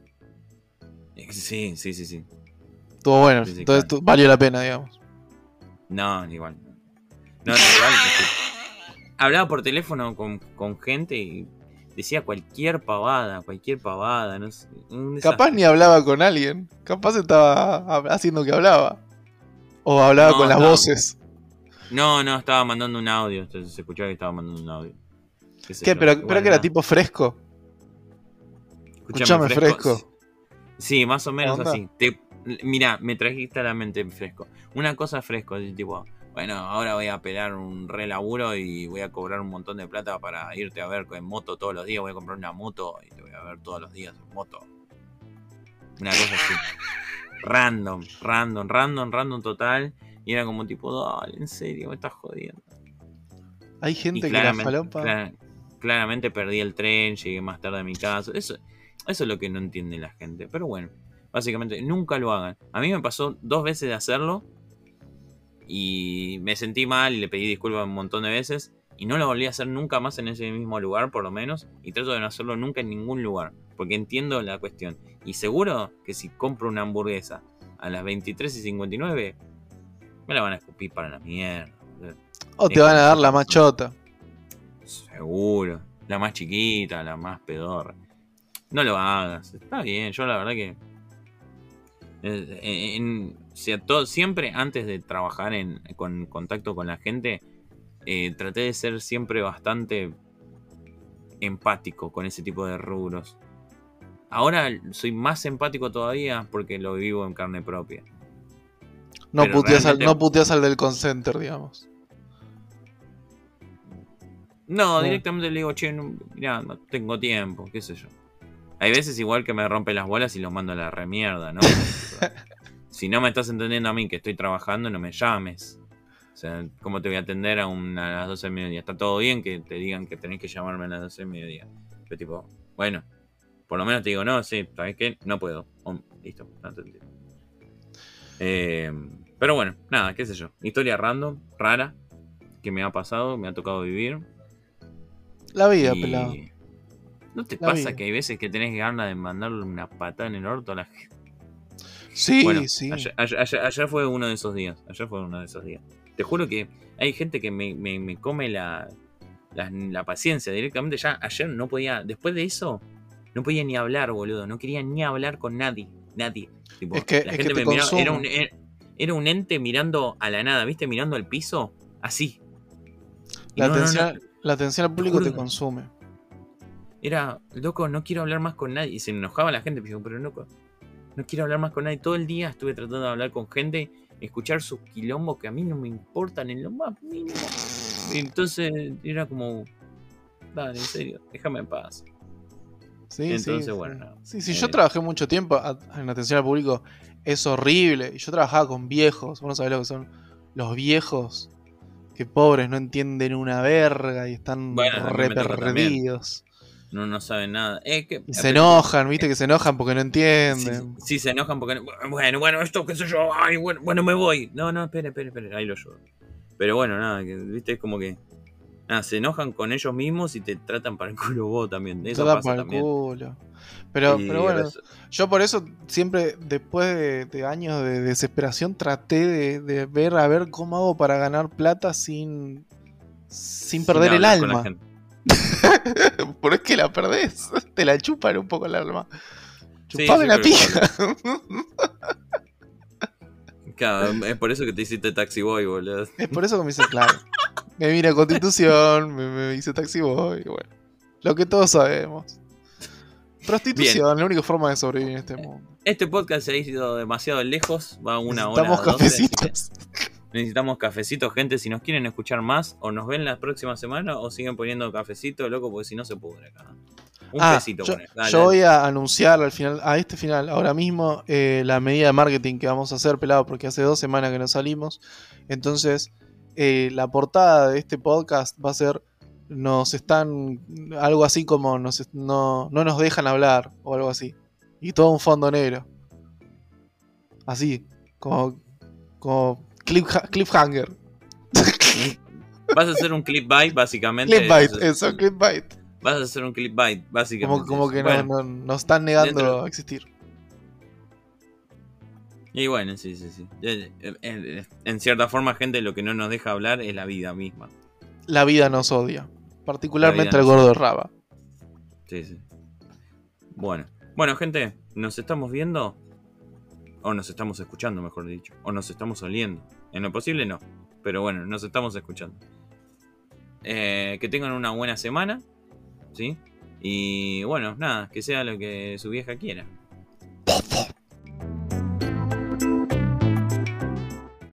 Sí, sí, sí, sí. Estuvo bueno. Sí, sí, Entonces claro. tu- valió la pena, digamos. No, igual. No, no, igual. Es que hablaba por teléfono con, con gente y decía cualquier pavada, cualquier pavada, no sé, un Capaz desastre. ni hablaba con alguien. Capaz estaba hab- haciendo que hablaba. O hablaba con No, las estaba, voces. no, no, estaba mandando un audio, entonces se escuchaba que estaba mandando un audio. Qué sé ¿Qué? yo, Pero, pero igual que era nada. tipo fresco. Escúchame, Escuchame fresco. fresco. Sí, más o ¿Qué menos onda? así. Te, mira, me trajiste a la mente fresco. Una cosa fresco, así tipo, bueno, ahora voy a pegar un re laburo y voy a cobrar un montón de plata para irte a ver en moto todos los días. Voy a comprar una moto y te voy a ver todos los días en moto. Una cosa así. Random, random, random, random total. Y era como tipo, dale, en serio, me estás jodiendo. Hay Y gente que la claramente, falopa. clara- claramente perdí el tren, llegué más tarde a mi casa. Eso, eso es lo que no entiende la gente. Pero bueno, básicamente, nunca lo hagan. A mí me pasó dos veces de hacerlo y me sentí mal y le pedí disculpas un montón de veces. Y no lo volví a hacer nunca más en ese mismo lugar, por lo menos. Y trato de no hacerlo nunca en ningún lugar. Porque entiendo la cuestión. Y seguro que si compro una hamburguesa a las veintitrés y cincuenta y nueve, me la van a escupir para la mierda. O te Es van a como dar justo la pasando. machota. Seguro. La más chiquita, la más pedorra. No lo hagas. Está bien, yo la verdad que... eh, En, en- o sea, todo, siempre antes de trabajar en, con contacto con la gente, eh, traté de ser siempre bastante empático con ese tipo de rubros. ahora soy más empático todavía porque lo vivo en carne propia. No Pero puteas, realmente- al, no puteas al del call center, digamos. No, No. directamente le digo, che, no, mirá, no tengo tiempo, qué sé yo. Hay veces igual que me rompe las bolas y los mando a la remierda, ¿no? Si no me estás entendiendo a mí que estoy trabajando, no me llames. O sea, ¿cómo te voy a atender a, una, a las doce del mediodía? Está todo bien que te digan que tenés que llamarme a las doce del mediodía. Pero tipo, bueno, por lo menos te digo, no, sí, ¿sabes qué? No puedo. Oh, listo, no te entiendo. Eh, pero bueno, nada, qué sé yo. Historia random, rara, que me ha pasado, me ha tocado vivir. La vida, Y... pelado. ¿No te La pasa vida. que hay veces que tenés ganas de mandarle una patada en el orto a la gente? Sí, Bueno, sí. ayer, ayer- ayer- ayer fue uno de esos días. Ayer fue uno de esos días. Te juro que hay gente que me, me- me come la, la, la paciencia directamente. Ya ayer no podía, después de eso, no podía ni hablar, boludo. No quería ni hablar con nadie. Nadie. Tipo, Es que, la es que gente te me miraba. Era un, consume. era, era un ente mirando a la nada, ¿viste? Mirando al piso. Así. Y La no, no, no. atención, la atención al Te público juro te que consume. era, loco, no quiero hablar más con nadie. Y se enojaba la gente, pero, pero loco, no quiero hablar más con nadie. Todo el día estuve tratando de hablar con gente, escuchar sus quilombos que a mí no me importan en lo más mínimo. Y entonces era como, dale, en serio, déjame en paz. Sí, Entonces, sí, bueno, sí. no. Sí, sí, Eh, yo trabajé mucho tiempo a- en atención al público. Es horrible. Y yo trabajaba con viejos. Vos no sabés lo que son los viejos. Que pobres no entienden una verga y están bueno, a mí re me toca también. perdidos. No, no saben nada. Eh, que, Y eh, se pero tipo, enojan, viste eh, que se enojan porque no sí, entienden. sí se enojan porque, no- bueno, bueno, esto, qué sé yo, ay, bueno, bueno, me voy. No, no, espere, espere, espere, ahí lo ayudo. Pero bueno, nada, que, viste, es como que, nada, se enojan con ellos mismos y te tratan para el culo vos también. Eso Trata pasa para el también. culo. Pero, pero Y bueno, res- yo por eso siempre, después de, de años de desesperación, traté de, de ver a ver cómo hago para ganar plata sin, sin sin perder el hablar con la alma. gente. Pero es que la perdés, te la chupan un poco el alma. Sí, Chupame sí, la pero pija. claro, es por eso que te hiciste taxi boy, boludo. Es por eso que me hice claro. Me vine a Constitución, me, me hice taxi boy, bueno. Lo que todos sabemos. Prostitución, Bien, la única forma de sobrevivir en este mundo. este podcast se ha ido demasiado lejos, va a una Necesitamos hora doce, así que cafecitos. necesitamos cafecitos, gente. Si nos quieren escuchar más, o nos ven la próxima semana, o siguen poniendo cafecito, loco, porque si no se pudre acá. Un Ah, pesito yo, poner. Dale, yo dale. voy a anunciar al final, a este final, ahora mismo, eh, la medida de marketing que vamos a hacer, pelado, porque hace dos semanas que no salimos. Entonces, eh, la portada de este podcast va a ser, nos están, algo así como, nos, no, no nos dejan hablar, o algo así. Y todo un fondo negro. Así, como, como cliff, cliffhanger. Vas a hacer un clickbait, básicamente. Clickbait, Eso es- eso, clickbait. Vas a hacer un clickbait, Como, básicamente. como eso. que Bueno, nos, nos- nos están negando dentro- a existir. y bueno, sí, sí, sí. Eh, eh, eh, En cierta forma, gente, lo que no nos deja hablar es la vida misma. La vida nos odia. Particularmente La el vida nos gordo de Raba. Sí, sí. Bueno. Bueno, gente, nos estamos viendo. O nos estamos escuchando, mejor dicho. O nos estamos oliendo. En lo posible no. Pero bueno, nos estamos escuchando. Eh, que tengan una buena semana. ¿Sí? Y bueno, nada, que sea lo que su vieja quiera.